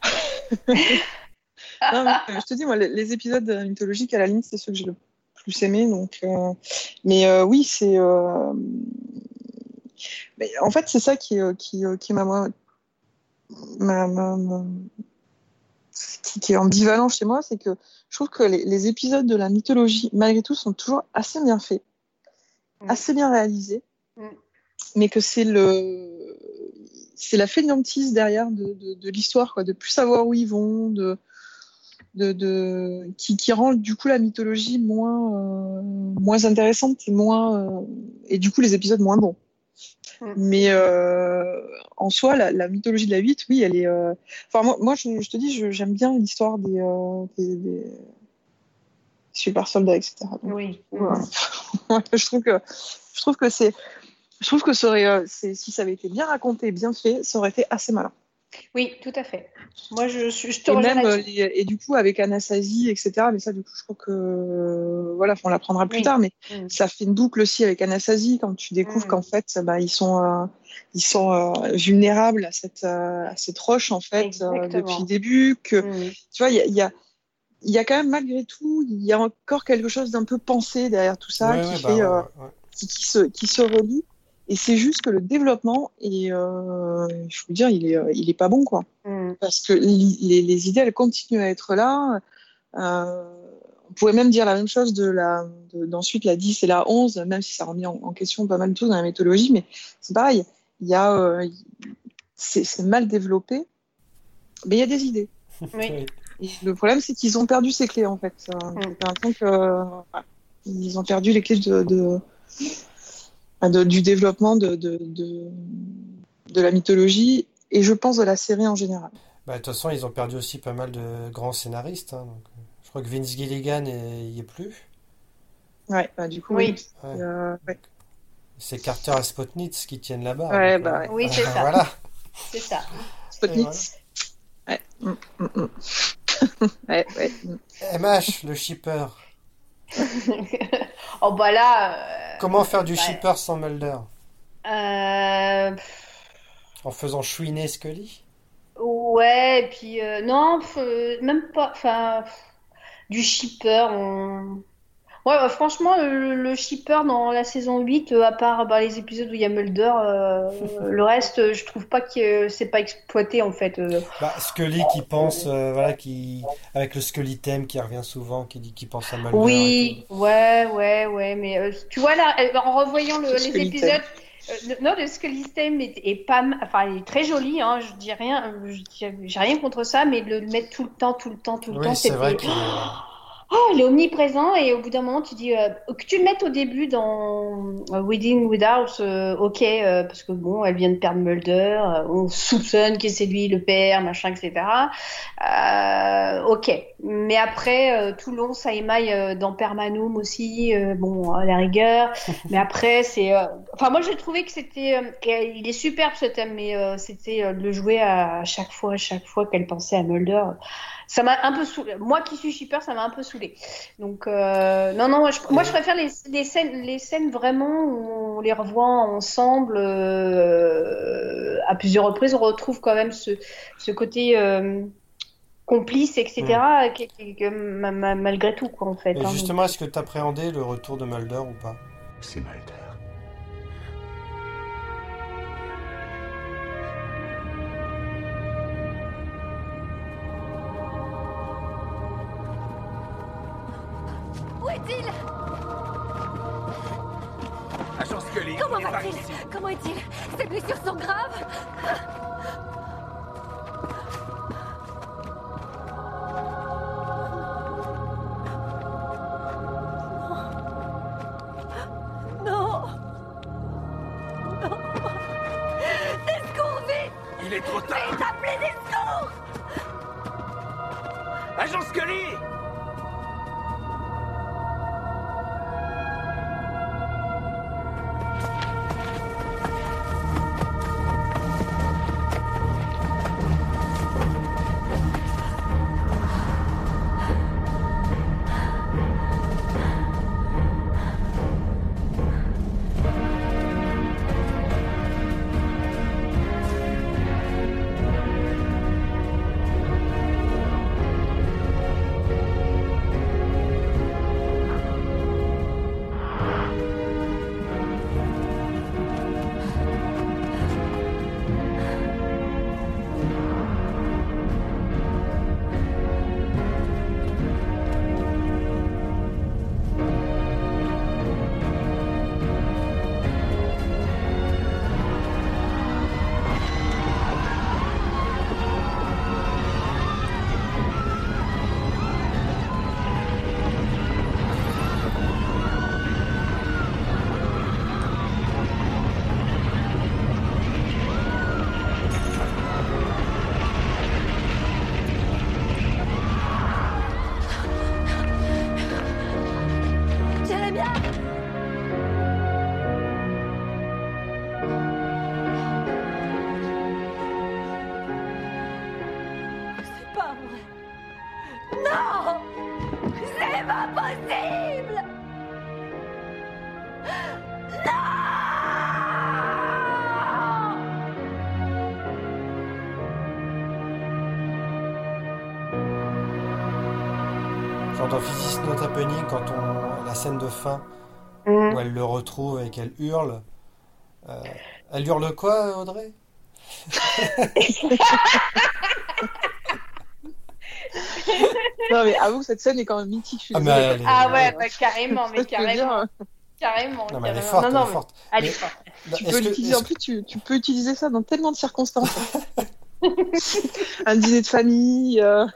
Non, mais je te dis, moi, les, les épisodes mythologiques, à la limite, c'est ceux que j'ai le plus aimé. Donc, euh, mais euh, oui, c'est. Euh... Mais en fait, c'est ça qui, qui, qui m'a moi, ma, ma, ma- qui, qui est ambivalent chez moi, c'est que je trouve que les, les épisodes de la mythologie, malgré tout, sont toujours assez bien faits, Mm. assez bien réalisés, Mm. mais que c'est le, c'est la fainéantise derrière de, de, de l'histoire, quoi, de plus savoir où ils vont, de, de, de qui, qui rend du coup la mythologie moins, euh, moins intéressante et moins, euh, et du coup les épisodes moins bons. Mm. Mais euh, en soi, la, la mythologie de la huit, oui, elle est. euh, Enfin, moi, moi je, je te dis, je- j'aime bien l'histoire des, euh, des, des super soldats, et cetera. Donc, Oui. voilà. Voilà, je trouve que je trouve que c'est, je trouve que ça aurait, euh, c'est, si ça avait été bien raconté, bien fait, ça aurait été assez malin. Oui, tout à fait. Moi, je, suis- je te Et rejoins même euh, là-dessus. les- et du coup avec Anasazi, et cetera. Mais ça, du coup, je crois que euh, voilà, on l'apprendra plus Oui. tard. Mais Mm. ça fait une boucle aussi avec Anasazi quand tu découvres Mm. qu'en fait, bah, ils sont euh, ils sont euh, vulnérables à cette euh, à cette roche en fait euh, Exactement. depuis le début. Que Mm. tu vois, il y a, il y a il y a quand même malgré tout, il y a encore quelque chose d'un peu pensé derrière tout ça Ouais, qui ouais, fait bah, euh, ouais, ouais. qui, qui se qui se relie. Et c'est juste que le développement est, euh, je veux dire, il est euh, il est pas bon quoi. Mm. Parce que li- les, les idées elles continuent à être là. Euh, on pourrait même dire la même chose de la de- d'ensuite la dix et la onze, même si ça remet en, en question pas mal de choses dans la mythologie, mais c'est pareil. Il y a euh, c'est c'est mal développé, mais il y a des idées. Oui. Oui. Et le problème, c'est qu'ils ont perdu ces clés, en fait. Euh, Mm. J'ai l'impression que, euh, voilà. Ils ont perdu les clés de, de, de- du développement de, de, de, de la mythologie et je pense de la série en général. Bah, de toute façon, ils ont perdu aussi pas mal de grands scénaristes, hein, donc, euh, je crois que Vince Gilligan est- y est plus. Ouais, bah, du coup, Oui. oui. Ouais. Euh, ouais. C'est Carter et Spotnitz qui tiennent la barre. Ouais, donc, bah, euh, ouais. Oui, c'est ça. Voilà. C'est ça. Spotnik. Et Ouais. Mm, mm, mm. Ouais, ouais. Mm. M H, le shipper. Oh, bah là. euh, Comment faire du ouais. shipper sans Mulder? euh, En faisant chouiner Scully? Ouais, et puis euh, non, pff, euh, même pas. Enfin, pff, du shipper. On... Ouais, bah, franchement, le, le shipper dans la saison huit, euh, à part bah, les épisodes où il y a Mulder, euh, le reste, euh, je trouve pas que c'est pas exploité en fait. euh. Bah, Scully qui pense, euh, voilà, qui, avec le Scully thème qui revient souvent, qui dit qu'il pense à Mulder et Oui, ouais, ouais, ouais, mais euh, tu vois là, euh, en revoyant le- Le les Scully épisodes, theme. euh, le- non, le Scully theme est, est pas, ma- enfin, il est très joli, hein, je dis rien, euh, je dis- j'ai rien contre ça, mais le mettre tout le temps, tout le temps, tout tout. le Oui, temps, c'est vrai c'était, qu'il est... oh, il est omniprésent et au bout d'un moment tu dis euh, que tu le mettes au début dans euh, Wedding Without, euh, ok, euh, parce que bon, elle vient de perdre Mulder, euh, on soupçonne que c'est lui le père, machin, et cetera. Euh, ok, mais après euh, tout le long ça émaille euh, dans Permanum aussi, euh, bon à la rigueur, mais après c'est, euh, enfin moi j'ai trouvé que c'était, euh, et il est superbe ce thème, mais euh, c'était euh, de le jouer à, à chaque fois, à chaque fois qu'elle pensait à Mulder. Ça m'a un peu saoulé. Moi qui suis shipper, ça m'a un peu saoulé. Donc euh, non non, moi je, moi, je préfère les, les scènes les scènes vraiment où on les revoit ensemble euh, à plusieurs reprises. On retrouve quand même ce ce côté euh, complice, et cetera. qui- qui- que ma- ma- malgré tout quoi en fait. Et hein. justement, est-ce que tu appréhendais le retour de Mulder ou pas? C'est Mulder. Où est-il? Agent Scully, Scully, Comment il est par va-t-il? ici. Comment est-il? Ses blessures sont graves? Non! Non! Des secours, vite! Il est trop tard. Vite, appelez des secours! Agent Scully! Genre dans Physics Not Happening, quand on la scène de fin Mhm. où elle le retrouve et qu'elle hurle. euh, Elle hurle quoi, Audrey? Non, mais avoue que cette scène est quand même mythique. Je suis Ah, mais désolée. elle est- Ah ouais, bah, carrément, mais Ça, je peux dire, carrément. euh, Carrément. Non, mais elle est carrément. forte, Non, elle non, est mais forte. elle est Mais- forte. Tu Est-ce peux que- l'utiliser, est-ce en plus, tu, tu peux utiliser ça dans tellement de circonstances. Un dîner de famille, euh,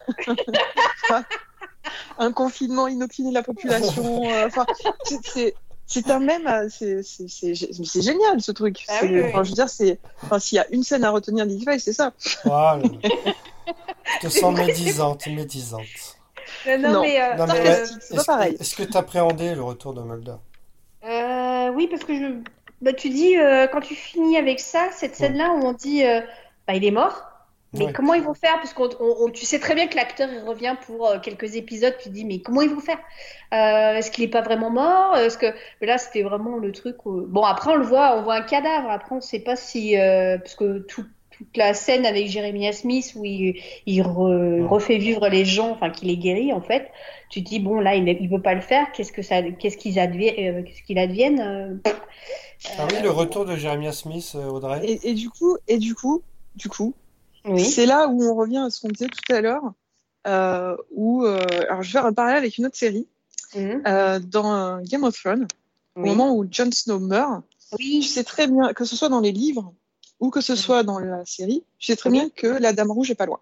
un confinement inopiné de la population. euh, Enfin, c'est- c'est c'est un même, euh, c'est c'est- c'est gé- c'est génial ce truc. Ah C'est- oui, oui, enfin, je veux dire, c'est, enfin, s'il y a une scène à retenir d'X-Files, c'est ça. Voilà. Je te sens médisante, médisante. Euh, non, Non. mais, euh, Non, mais euh, c'est est-ce pas pareil. que- est-ce que tu appréhendais le retour de Mulder? euh, oui, parce que je, bah, tu dis, euh, quand tu finis avec ça, cette scène-là où on dit, euh, bah, il est mort. Mais Ouais. comment ils vont faire? Parce qu'on, on- on- tu sais très bien que l'acteur il revient pour euh, quelques épisodes. Tu te dis, mais comment ils vont faire? Euh, est-ce qu'il est pas vraiment mort? Est-ce que mais là, c'était vraiment le truc. Où... Bon, après on le voit, on voit un cadavre. Après, on sait pas si euh, parce que tout- toute la scène avec Jeremiah Smith où il, il re- refait vivre les gens, enfin qu'il est guéri en fait. Tu te dis bon là, il, il veut pas le faire. Qu'est-ce que ça, qu'est-ce qu'ils adviennent, euh, qu'est-ce qu'il advienne euh, Ah oui, le retour de Jeremiah Smith, euh, Audrey. Et, et du coup, et du coup, du coup, Oui. c'est là où on revient à ce qu'on disait tout à l'heure, euh, où, euh, alors je vais faire un parallèle avec une autre série, Mhm. euh, dans euh, Game of Thrones, au Oui. moment où Jon Snow meurt, Oui. tu sais très bien, que ce soit dans les livres ou que ce soit dans la série, tu sais très Oui. bien que la Dame Rouge est pas loin.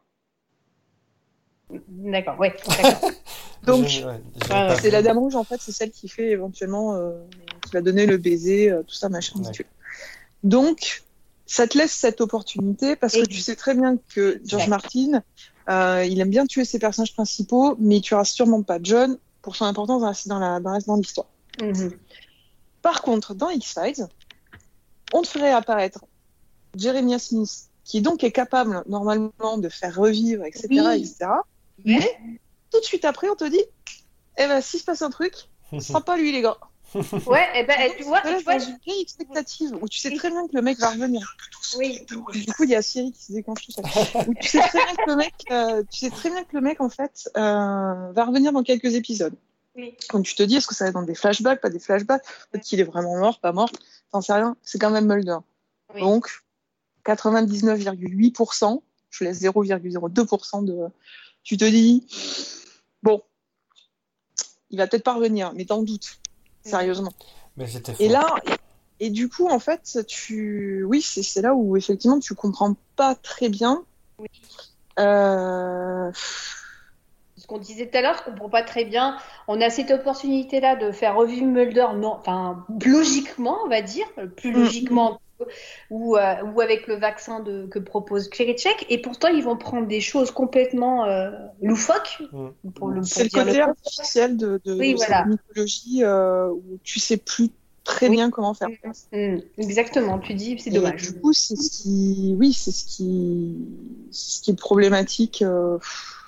D'accord. Ouais. D'accord. Donc, Je- ouais, j'ai Ah, pas c'est vu. la Dame Rouge, en fait, c'est celle qui fait éventuellement, euh, qui va donner le baiser, euh, tout ça, machin, Ouais. bidule. Donc, ça te laisse cette opportunité parce que Et- tu sais très bien que George Ouais. Martin, euh, il aime bien tuer ses personnages principaux, mais il tuera sûrement pas John pour son importance dans la- dans la- dans la- dans l'histoire. Mhm. Par contre, dans X-Files, on te ferait apparaître Jeremiah Smith, qui donc est capable normalement de faire revivre, et cetera, Oui. et cetera. Ouais. Mais tout de suite après, on te dit, eh ben, s'il se passe un truc, ce sera pas lui, les gars. Ouais. Et ben, Donc, tu vois, ça te laisse tu vois, dans une vieille expectative où tu sais très bien que le mec va revenir. oui. Du coup, il y a Siri qui se déclenche tout seul. Où tu sais très bien que le mec, euh, tu sais très bien que le mec, en fait, euh, va revenir dans quelques épisodes. Oui. Donc tu te dis, est-ce que ça va être dans des flashbacks, pas des flashbacks? Peut-être qu'il est vraiment mort, pas mort. T'en sais rien. C'est quand même Mulder. Oui. Donc, quatre-vingt-dix-neuf virgule huit pour cent, je laisse zéro virgule zéro deux pour cent de... Tu te dis, bon, il va peut-être pas revenir, mais t'en doutes. Sérieusement. Mais c'était faux. Et là, et du coup, en fait, tu, oui, c'est, c'est là où effectivement tu comprends pas très bien. Oui. Euh... Ce qu'on disait tout à l'heure, je comprends pas très bien. On a cette opportunité-là de faire revivre Mulder, non, enfin logiquement, on va dire, plus logiquement, mm. ou, euh, ou avec le vaccin de, que propose Krycek, et pourtant ils vont prendre des choses complètement euh, loufoques. Mm. Pour le, pour c'est le côté le artificiel de, de, oui, de voilà. cette mythologie euh, où tu sais plus très oui. bien comment faire. Mm. Exactement. Tu dis, c'est et dommage. Du coup, c'est ce qui, oui, c'est ce qui, ce qui est problématique. Euh...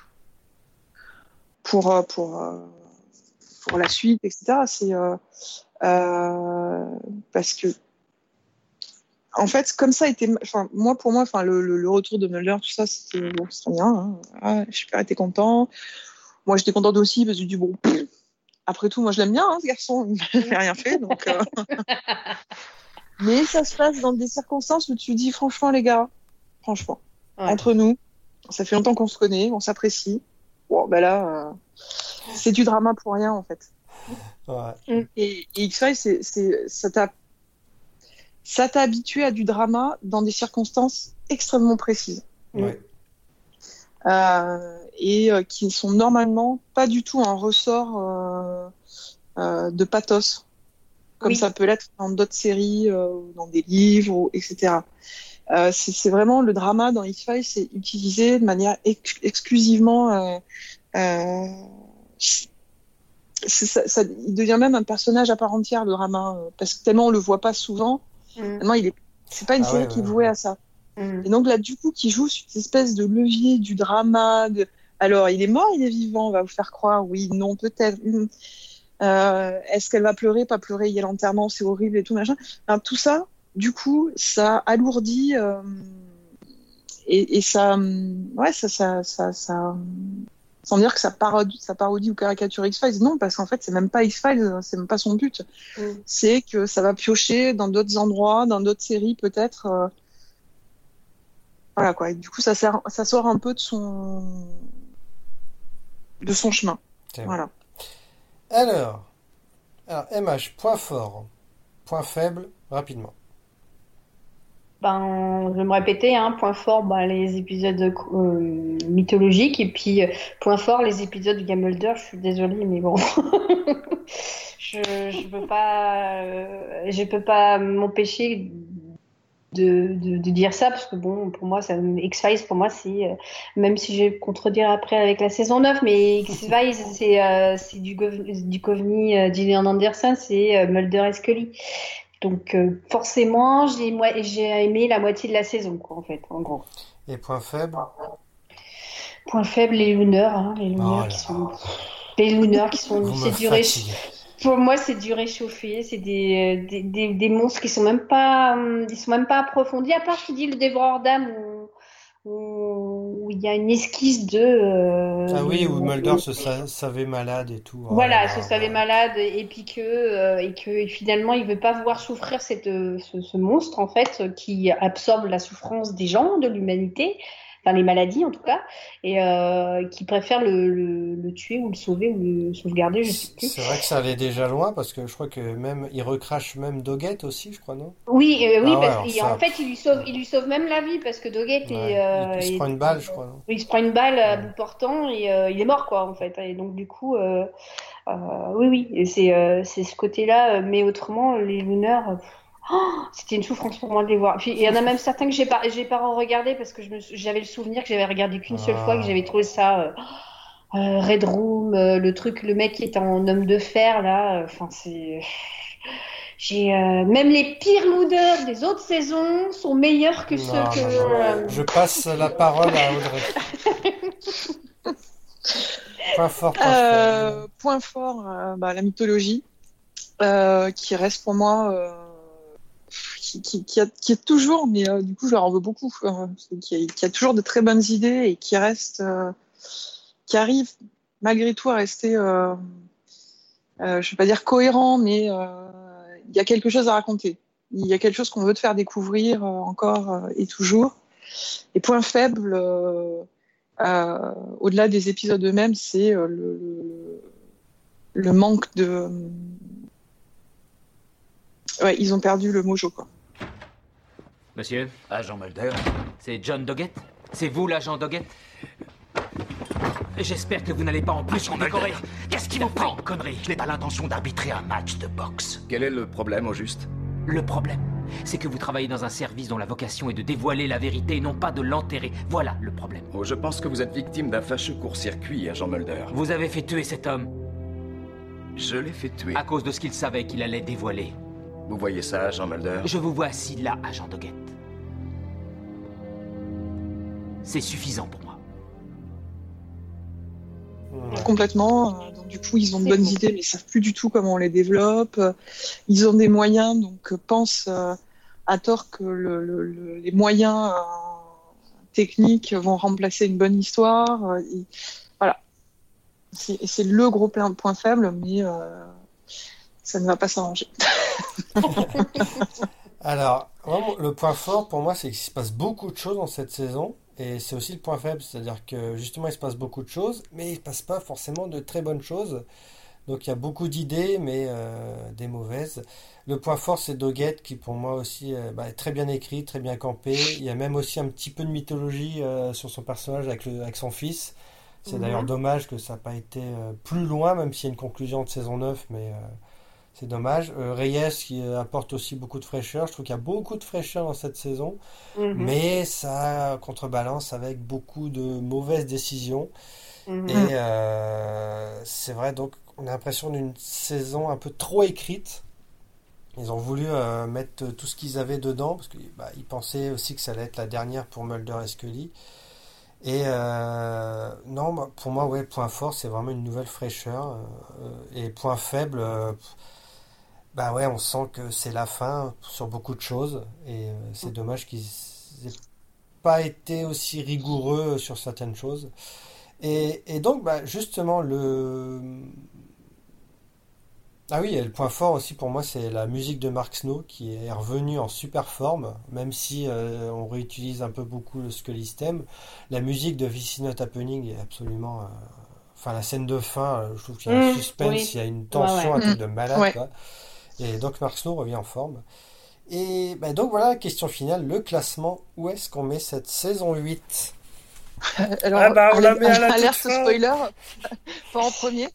pour pour pour la suite, et cetera. C'est euh, euh, parce que en fait, comme ça a été, enfin moi pour moi, enfin le, le, le retour de Mulder, tout ça, c'était bon, c'est très bien. Hein. Ah, super, été content. Moi, j'étais contente aussi parce que du bon. Pff, après tout, moi, je l'aime bien, hein, ce garçon. Il n'a rien fait, donc. Euh... Mais ça se passe dans des circonstances où tu dis, franchement, les gars, franchement, ouais. Entre nous, ça fait longtemps qu'on se connaît, on s'apprécie. Bon, ben là, euh, c'est du drama pour rien, en fait. Ouais. Et, et X-Files, c'est, c'est, ça t'a, ça t'a habitué à du drama dans des circonstances extrêmement précises. Ouais. Euh, et euh, qui sont normalement pas du tout un ressort euh, euh, de pathos, comme oui. Ça peut l'être dans d'autres séries, euh, dans des livres, ou, et cetera. Euh, c'est, c'est vraiment le drama dans X-Files, c'est utilisé de manière ex- exclusivement. Euh, euh, c'est, ça, ça, il devient même un personnage à part entière, le drama, euh, parce que tellement on le voit pas souvent. Mm. Tellement il est, c'est pas une ah série ouais, qui est vouée ouais. à ça. Mm. Et donc là, du coup, qui joue sur cette espèce de levier du drama. De... Alors, il est mort, il est vivant, on va vous faire croire, oui, non, peut-être. Mm. Euh, est-ce qu'elle va pleurer, pas pleurer, il y a l'enterrement, c'est horrible et tout machin. Enfin, tout ça. Du coup, ça alourdit euh, et, et ça, ouais, ça, ça, ça, ça, sans dire que ça parodie, ça parodie ou caricature X-Files, non, parce qu'en fait, c'est même pas X-Files, c'est même pas son but. Mm. C'est que ça va piocher dans d'autres endroits, dans d'autres séries peut-être. Euh, voilà quoi. Et du coup, ça, sert, ça sort un peu de son, de son chemin. C'est voilà. Bon. Alors, alors, M H, point fort, point faible, rapidement. Ben, je vais me répéter, hein, point fort, ben, les épisodes euh, mythologiques, et puis euh, point fort, les épisodes de Mulder. Je suis désolée, mais bon, je je peux pas, euh, je peux pas m'empêcher de, de de dire ça parce que bon, pour moi, ça, X-Files, pour moi, c'est euh, même si je vais contredire après avec la saison neuf, mais X-Files, c'est euh, c'est du du Coveney, euh, Gillian Anderson, c'est euh, Mulder et Scully. Donc euh, forcément, j'ai, moi, j'ai aimé la moitié de la saison, quoi, en fait, en gros. Et point faible Point faible, les Looners, hein, les Looners oh qui sont, les Looners qui sont, c'est du réchauffé. Pour moi, c'est du réchauffé. C'est des, des, des, des monstres qui sont même pas, ils sont même pas approfondis. À part, je te dis, le dévoreur d'âme où, où il y a une esquisse de. Euh, ah oui, où Mulder euh, se sa- savait malade et tout. Voilà, oh, se oh, savait oh. malade et puis que euh, et que et finalement il veut pas voir souffrir cette ce, ce monstre en fait qui absorbe la souffrance des gens, de l'humanité, enfin les maladies en tout cas, et euh, qui préfère le, le, le tuer ou le sauver ou le sauvegarder, je sais plus. C'est vrai que ça allait déjà loin parce que je crois que même il recrache même Doggett aussi, je crois, non? Oui, euh, oui, ah parce ouais, qu'en fait il lui sauve, il lui sauve même la vie parce que Doggett ouais. est, euh, il, il se est, prend une balle, je crois. Non il se prend une balle à bout portant et euh, il est mort quoi en fait. Et donc du coup, euh, euh, oui, oui, et c'est euh, c'est ce côté-là, mais autrement les Looners. Euh, Oh, c'était une souffrance pour moi de les voir. Puis il y en a même certains que j'ai pas, j'ai pas regardé parce que je me, j'avais le souvenir que j'avais regardé qu'une seule ah. fois, que j'avais trouvé ça euh, euh, Red Room, euh, le truc, le mec qui est en homme de fer là. Enfin euh, c'est, j'ai euh, même les pires loaders des autres saisons sont meilleurs que non, ceux non, que. Non, euh... Je passe la parole à Audrey. Point fort. Point, euh, point fort, euh, bah, la mythologie. Euh, qui reste pour moi euh, qui, qui, qui, a, qui est toujours, mais euh, du coup je leur en veux beaucoup, euh, qui, a, qui a toujours de très bonnes idées et qui reste, euh, qui arrive malgré tout à rester, euh, euh, je vais pas dire cohérent, mais il euh, y a quelque chose à raconter. Il y a quelque chose qu'on veut te faire découvrir euh, encore euh, et toujours. Et point faible, euh, euh, au-delà des épisodes eux-mêmes, c'est euh, le, le, le manque de ouais, ils ont perdu le mojo, quoi. Monsieur, Agent Mulder. c'est John Doggett? C'est vous l'agent Doggett? J'espère que vous n'allez pas en plus Agent me décorer. Mulder, qu'est-ce qui vous prend, connerie? Je n'ai pas l'intention d'arbitrer un match de boxe. Quel est le problème, au juste? Le problème, c'est que vous travaillez dans un service dont la vocation est de dévoiler la vérité et non pas de l'enterrer. Voilà le problème. Oh, je pense que vous êtes victime d'un fâcheux court-circuit, agent Mulder. Vous avez fait tuer cet homme Je l'ai fait tuer. à cause de ce qu'il savait qu'il allait dévoiler. Vous voyez ça, agent Mulder? Je vous vois assis là, agent Doggett. C'est suffisant pour moi. Ouais. Complètement. Euh, Donc, du coup, ils ont de C'est bonnes cool. idées, mais ils savent plus du tout comment on les développe. Euh, Ils ont des moyens, donc euh, pensent euh, à tort que le, le- le- les moyens euh, techniques vont remplacer une bonne histoire. Euh, ils- Voilà. C'est c'est le gros plein- point faible, mais euh, ça ne va pas s'arranger. Alors, vraiment, le point fort pour moi, c'est qu'il se passe beaucoup de choses dans cette saison. Et c'est aussi le point faible, c'est-à-dire que justement, il se passe beaucoup de choses, mais il ne se passe pas forcément de très bonnes choses. Donc il y a beaucoup d'idées, mais euh, des mauvaises. Le point fort, c'est Doggett, qui pour moi aussi euh, bah, est très bien écrit, très bien campé. Il y a même aussi un petit peu de mythologie euh, sur son personnage avec, le, avec son fils. C'est Mhm. d'ailleurs dommage que ça n'a pas été euh, plus loin, même s'il y a une conclusion de saison neuf, mais... euh, c'est dommage. Euh, Reyes qui euh, apporte aussi beaucoup de fraîcheur. Je trouve qu'il y a beaucoup de fraîcheur dans cette saison, Mhm. mais ça contrebalance avec beaucoup de mauvaises décisions. Mhm. Et euh, c'est vrai, donc on a l'impression d'une saison un peu trop écrite. Ils ont voulu euh, mettre tout ce qu'ils avaient dedans, parce qu'ils bah, ils pensaient aussi que ça allait être la dernière pour Mulder et Scully. Et euh, non, bah, pour moi, ouais, point fort, c'est vraiment une nouvelle fraîcheur. Euh, et point faible, euh, bah ouais, on sent que c'est la fin sur beaucoup de choses. Et euh, c'est dommage qu'ils aient pas été aussi rigoureux sur certaines choses. Et, et donc, bah, justement, le... Ah oui, et le point fort aussi pour moi, c'est la musique de Mark Snow qui est revenue en super forme, même si euh, on réutilise un peu beaucoup le Scully theme. La musique de This Is Not Happening est absolument... euh, Enfin, la scène de fin, euh, je trouve qu'il y a un Mmh, suspense, oui. il y a une tension, Ouais, un ouais. truc de malade, Ouais. quoi. Et donc Mark Snow revient en forme. Et bah, donc voilà, question finale, le classement. Où est-ce qu'on met cette saison huit? Alors, Ah bah, on la alerte- met à la toute alerte fin. spoiler, pas en premier.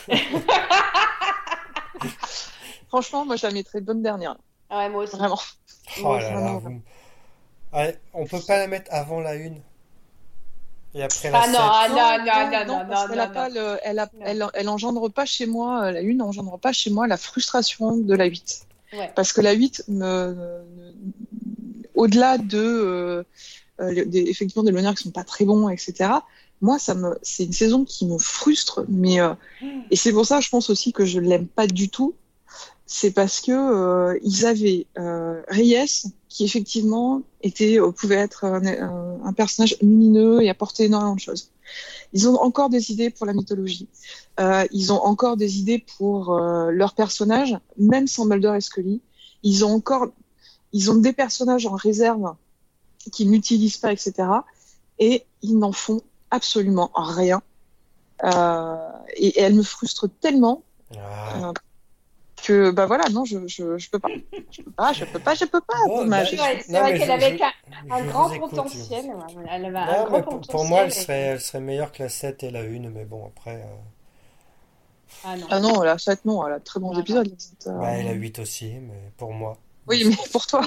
Franchement, moi, je la mettrais bonne dernière. Ah ouais, moi aussi. Vraiment. Oh là là, Vraiment. vous... Allez, on peut pas la mettre avant la une et après la Ah non, sept. ah non, non, non, non, parce non, qu'elle a non, pas non. le, elle, a, Non. elle, elle engendre pas chez moi, euh, la une engendre pas chez moi la frustration de la huit. Ouais. Parce que la huit, me, me- au-delà de, euh, euh, les- des, effectivement, des Lumières qui sont pas très bons, et cetera, moi, ça me, c'est une saison qui me frustre, mais, euh, et c'est pour ça, je pense aussi que je l'aime pas du tout. C'est parce que euh, ils avaient euh, Reyes qui effectivement était euh, pouvait être un, un, un personnage lumineux et apporter énormément de choses. Ils ont encore des idées pour la mythologie. Euh, ils ont encore des idées pour euh, leurs personnages, même sans Mulder et Scully. Ils ont encore, ils ont des personnages en réserve qu'ils n'utilisent pas, et cetera. Et ils n'en font absolument rien. Euh, et, et elle me frustre tellement. Ah. Euh, que bah voilà, non, je je je peux pas, je peux pas, je peux pas, je peux pas. Bon, dommage. bah, Ouais, c'est Non, vrai mais qu'elle je- avait je- qu'un- un je grand vous écoute, potentiel. je- ouais, Elle avait un Non, grand mais pour, potentiel. pour moi, elle et- serait, elle serait meilleure que la sept et la une, mais bon, après... euh, Ah non. Ah non, la sept, non, elle a de très bons Non, épisodes. la sept, euh. Bah, et la huit aussi, mais pour moi. Oui, mais pour toi.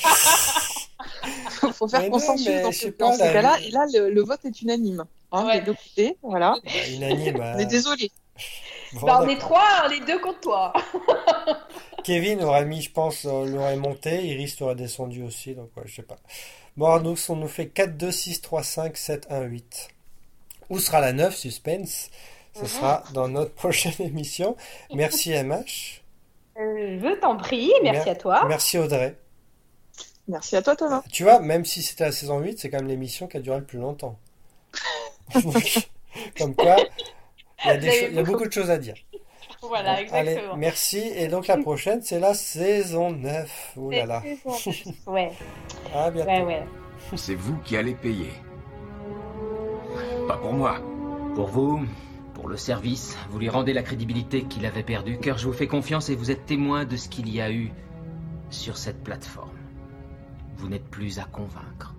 Faut faut faire Mais non, consensus mais dans, je ce, sais dans pas, ces la- cas-là. Et là, le, le vote est unanime. Hein, Ouais. des deux côtés, voilà. Bah, unanime. On est euh, désolé. bon, Bah, on est d'accord. trois, on est deux contre toi. Kevin aurait mis, je pense, euh, l'aurait monté, Iris l'aurait descendu aussi, donc ouais, je sais pas. Bon, donc on nous fait quatre, deux, six, trois, cinq, sept, un, huit. Où sera la neuf, suspense? Ce sera dans notre prochaine émission. Merci M H. Euh, je t'en prie, merci Mer- à toi. Merci Audrey. Merci à toi, Thomas. Tu vois, même si c'était la saison huit, c'est quand même l'émission qui a duré le plus longtemps. Donc, comme quoi, il y a, des Vous avez cho- il y a beaucoup- beaucoup de choses à dire. Voilà, Bon, allez, exactement. merci. Et donc la prochaine, c'est la saison neuf. Ouh là là. Ouais, À bientôt. ouais, ouais. C'est vous qui allez payer. Pas pour moi. Pour vous, pour le service, vous lui rendez la crédibilité qu'il avait perdue, car je vous fais confiance et vous êtes témoin de ce qu'il y a eu Sur cette plateforme, vous n'êtes plus à convaincre.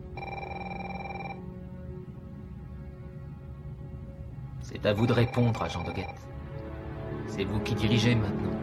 C'est à vous de répondre, agent Doggett. C'est vous qui dirigez maintenant.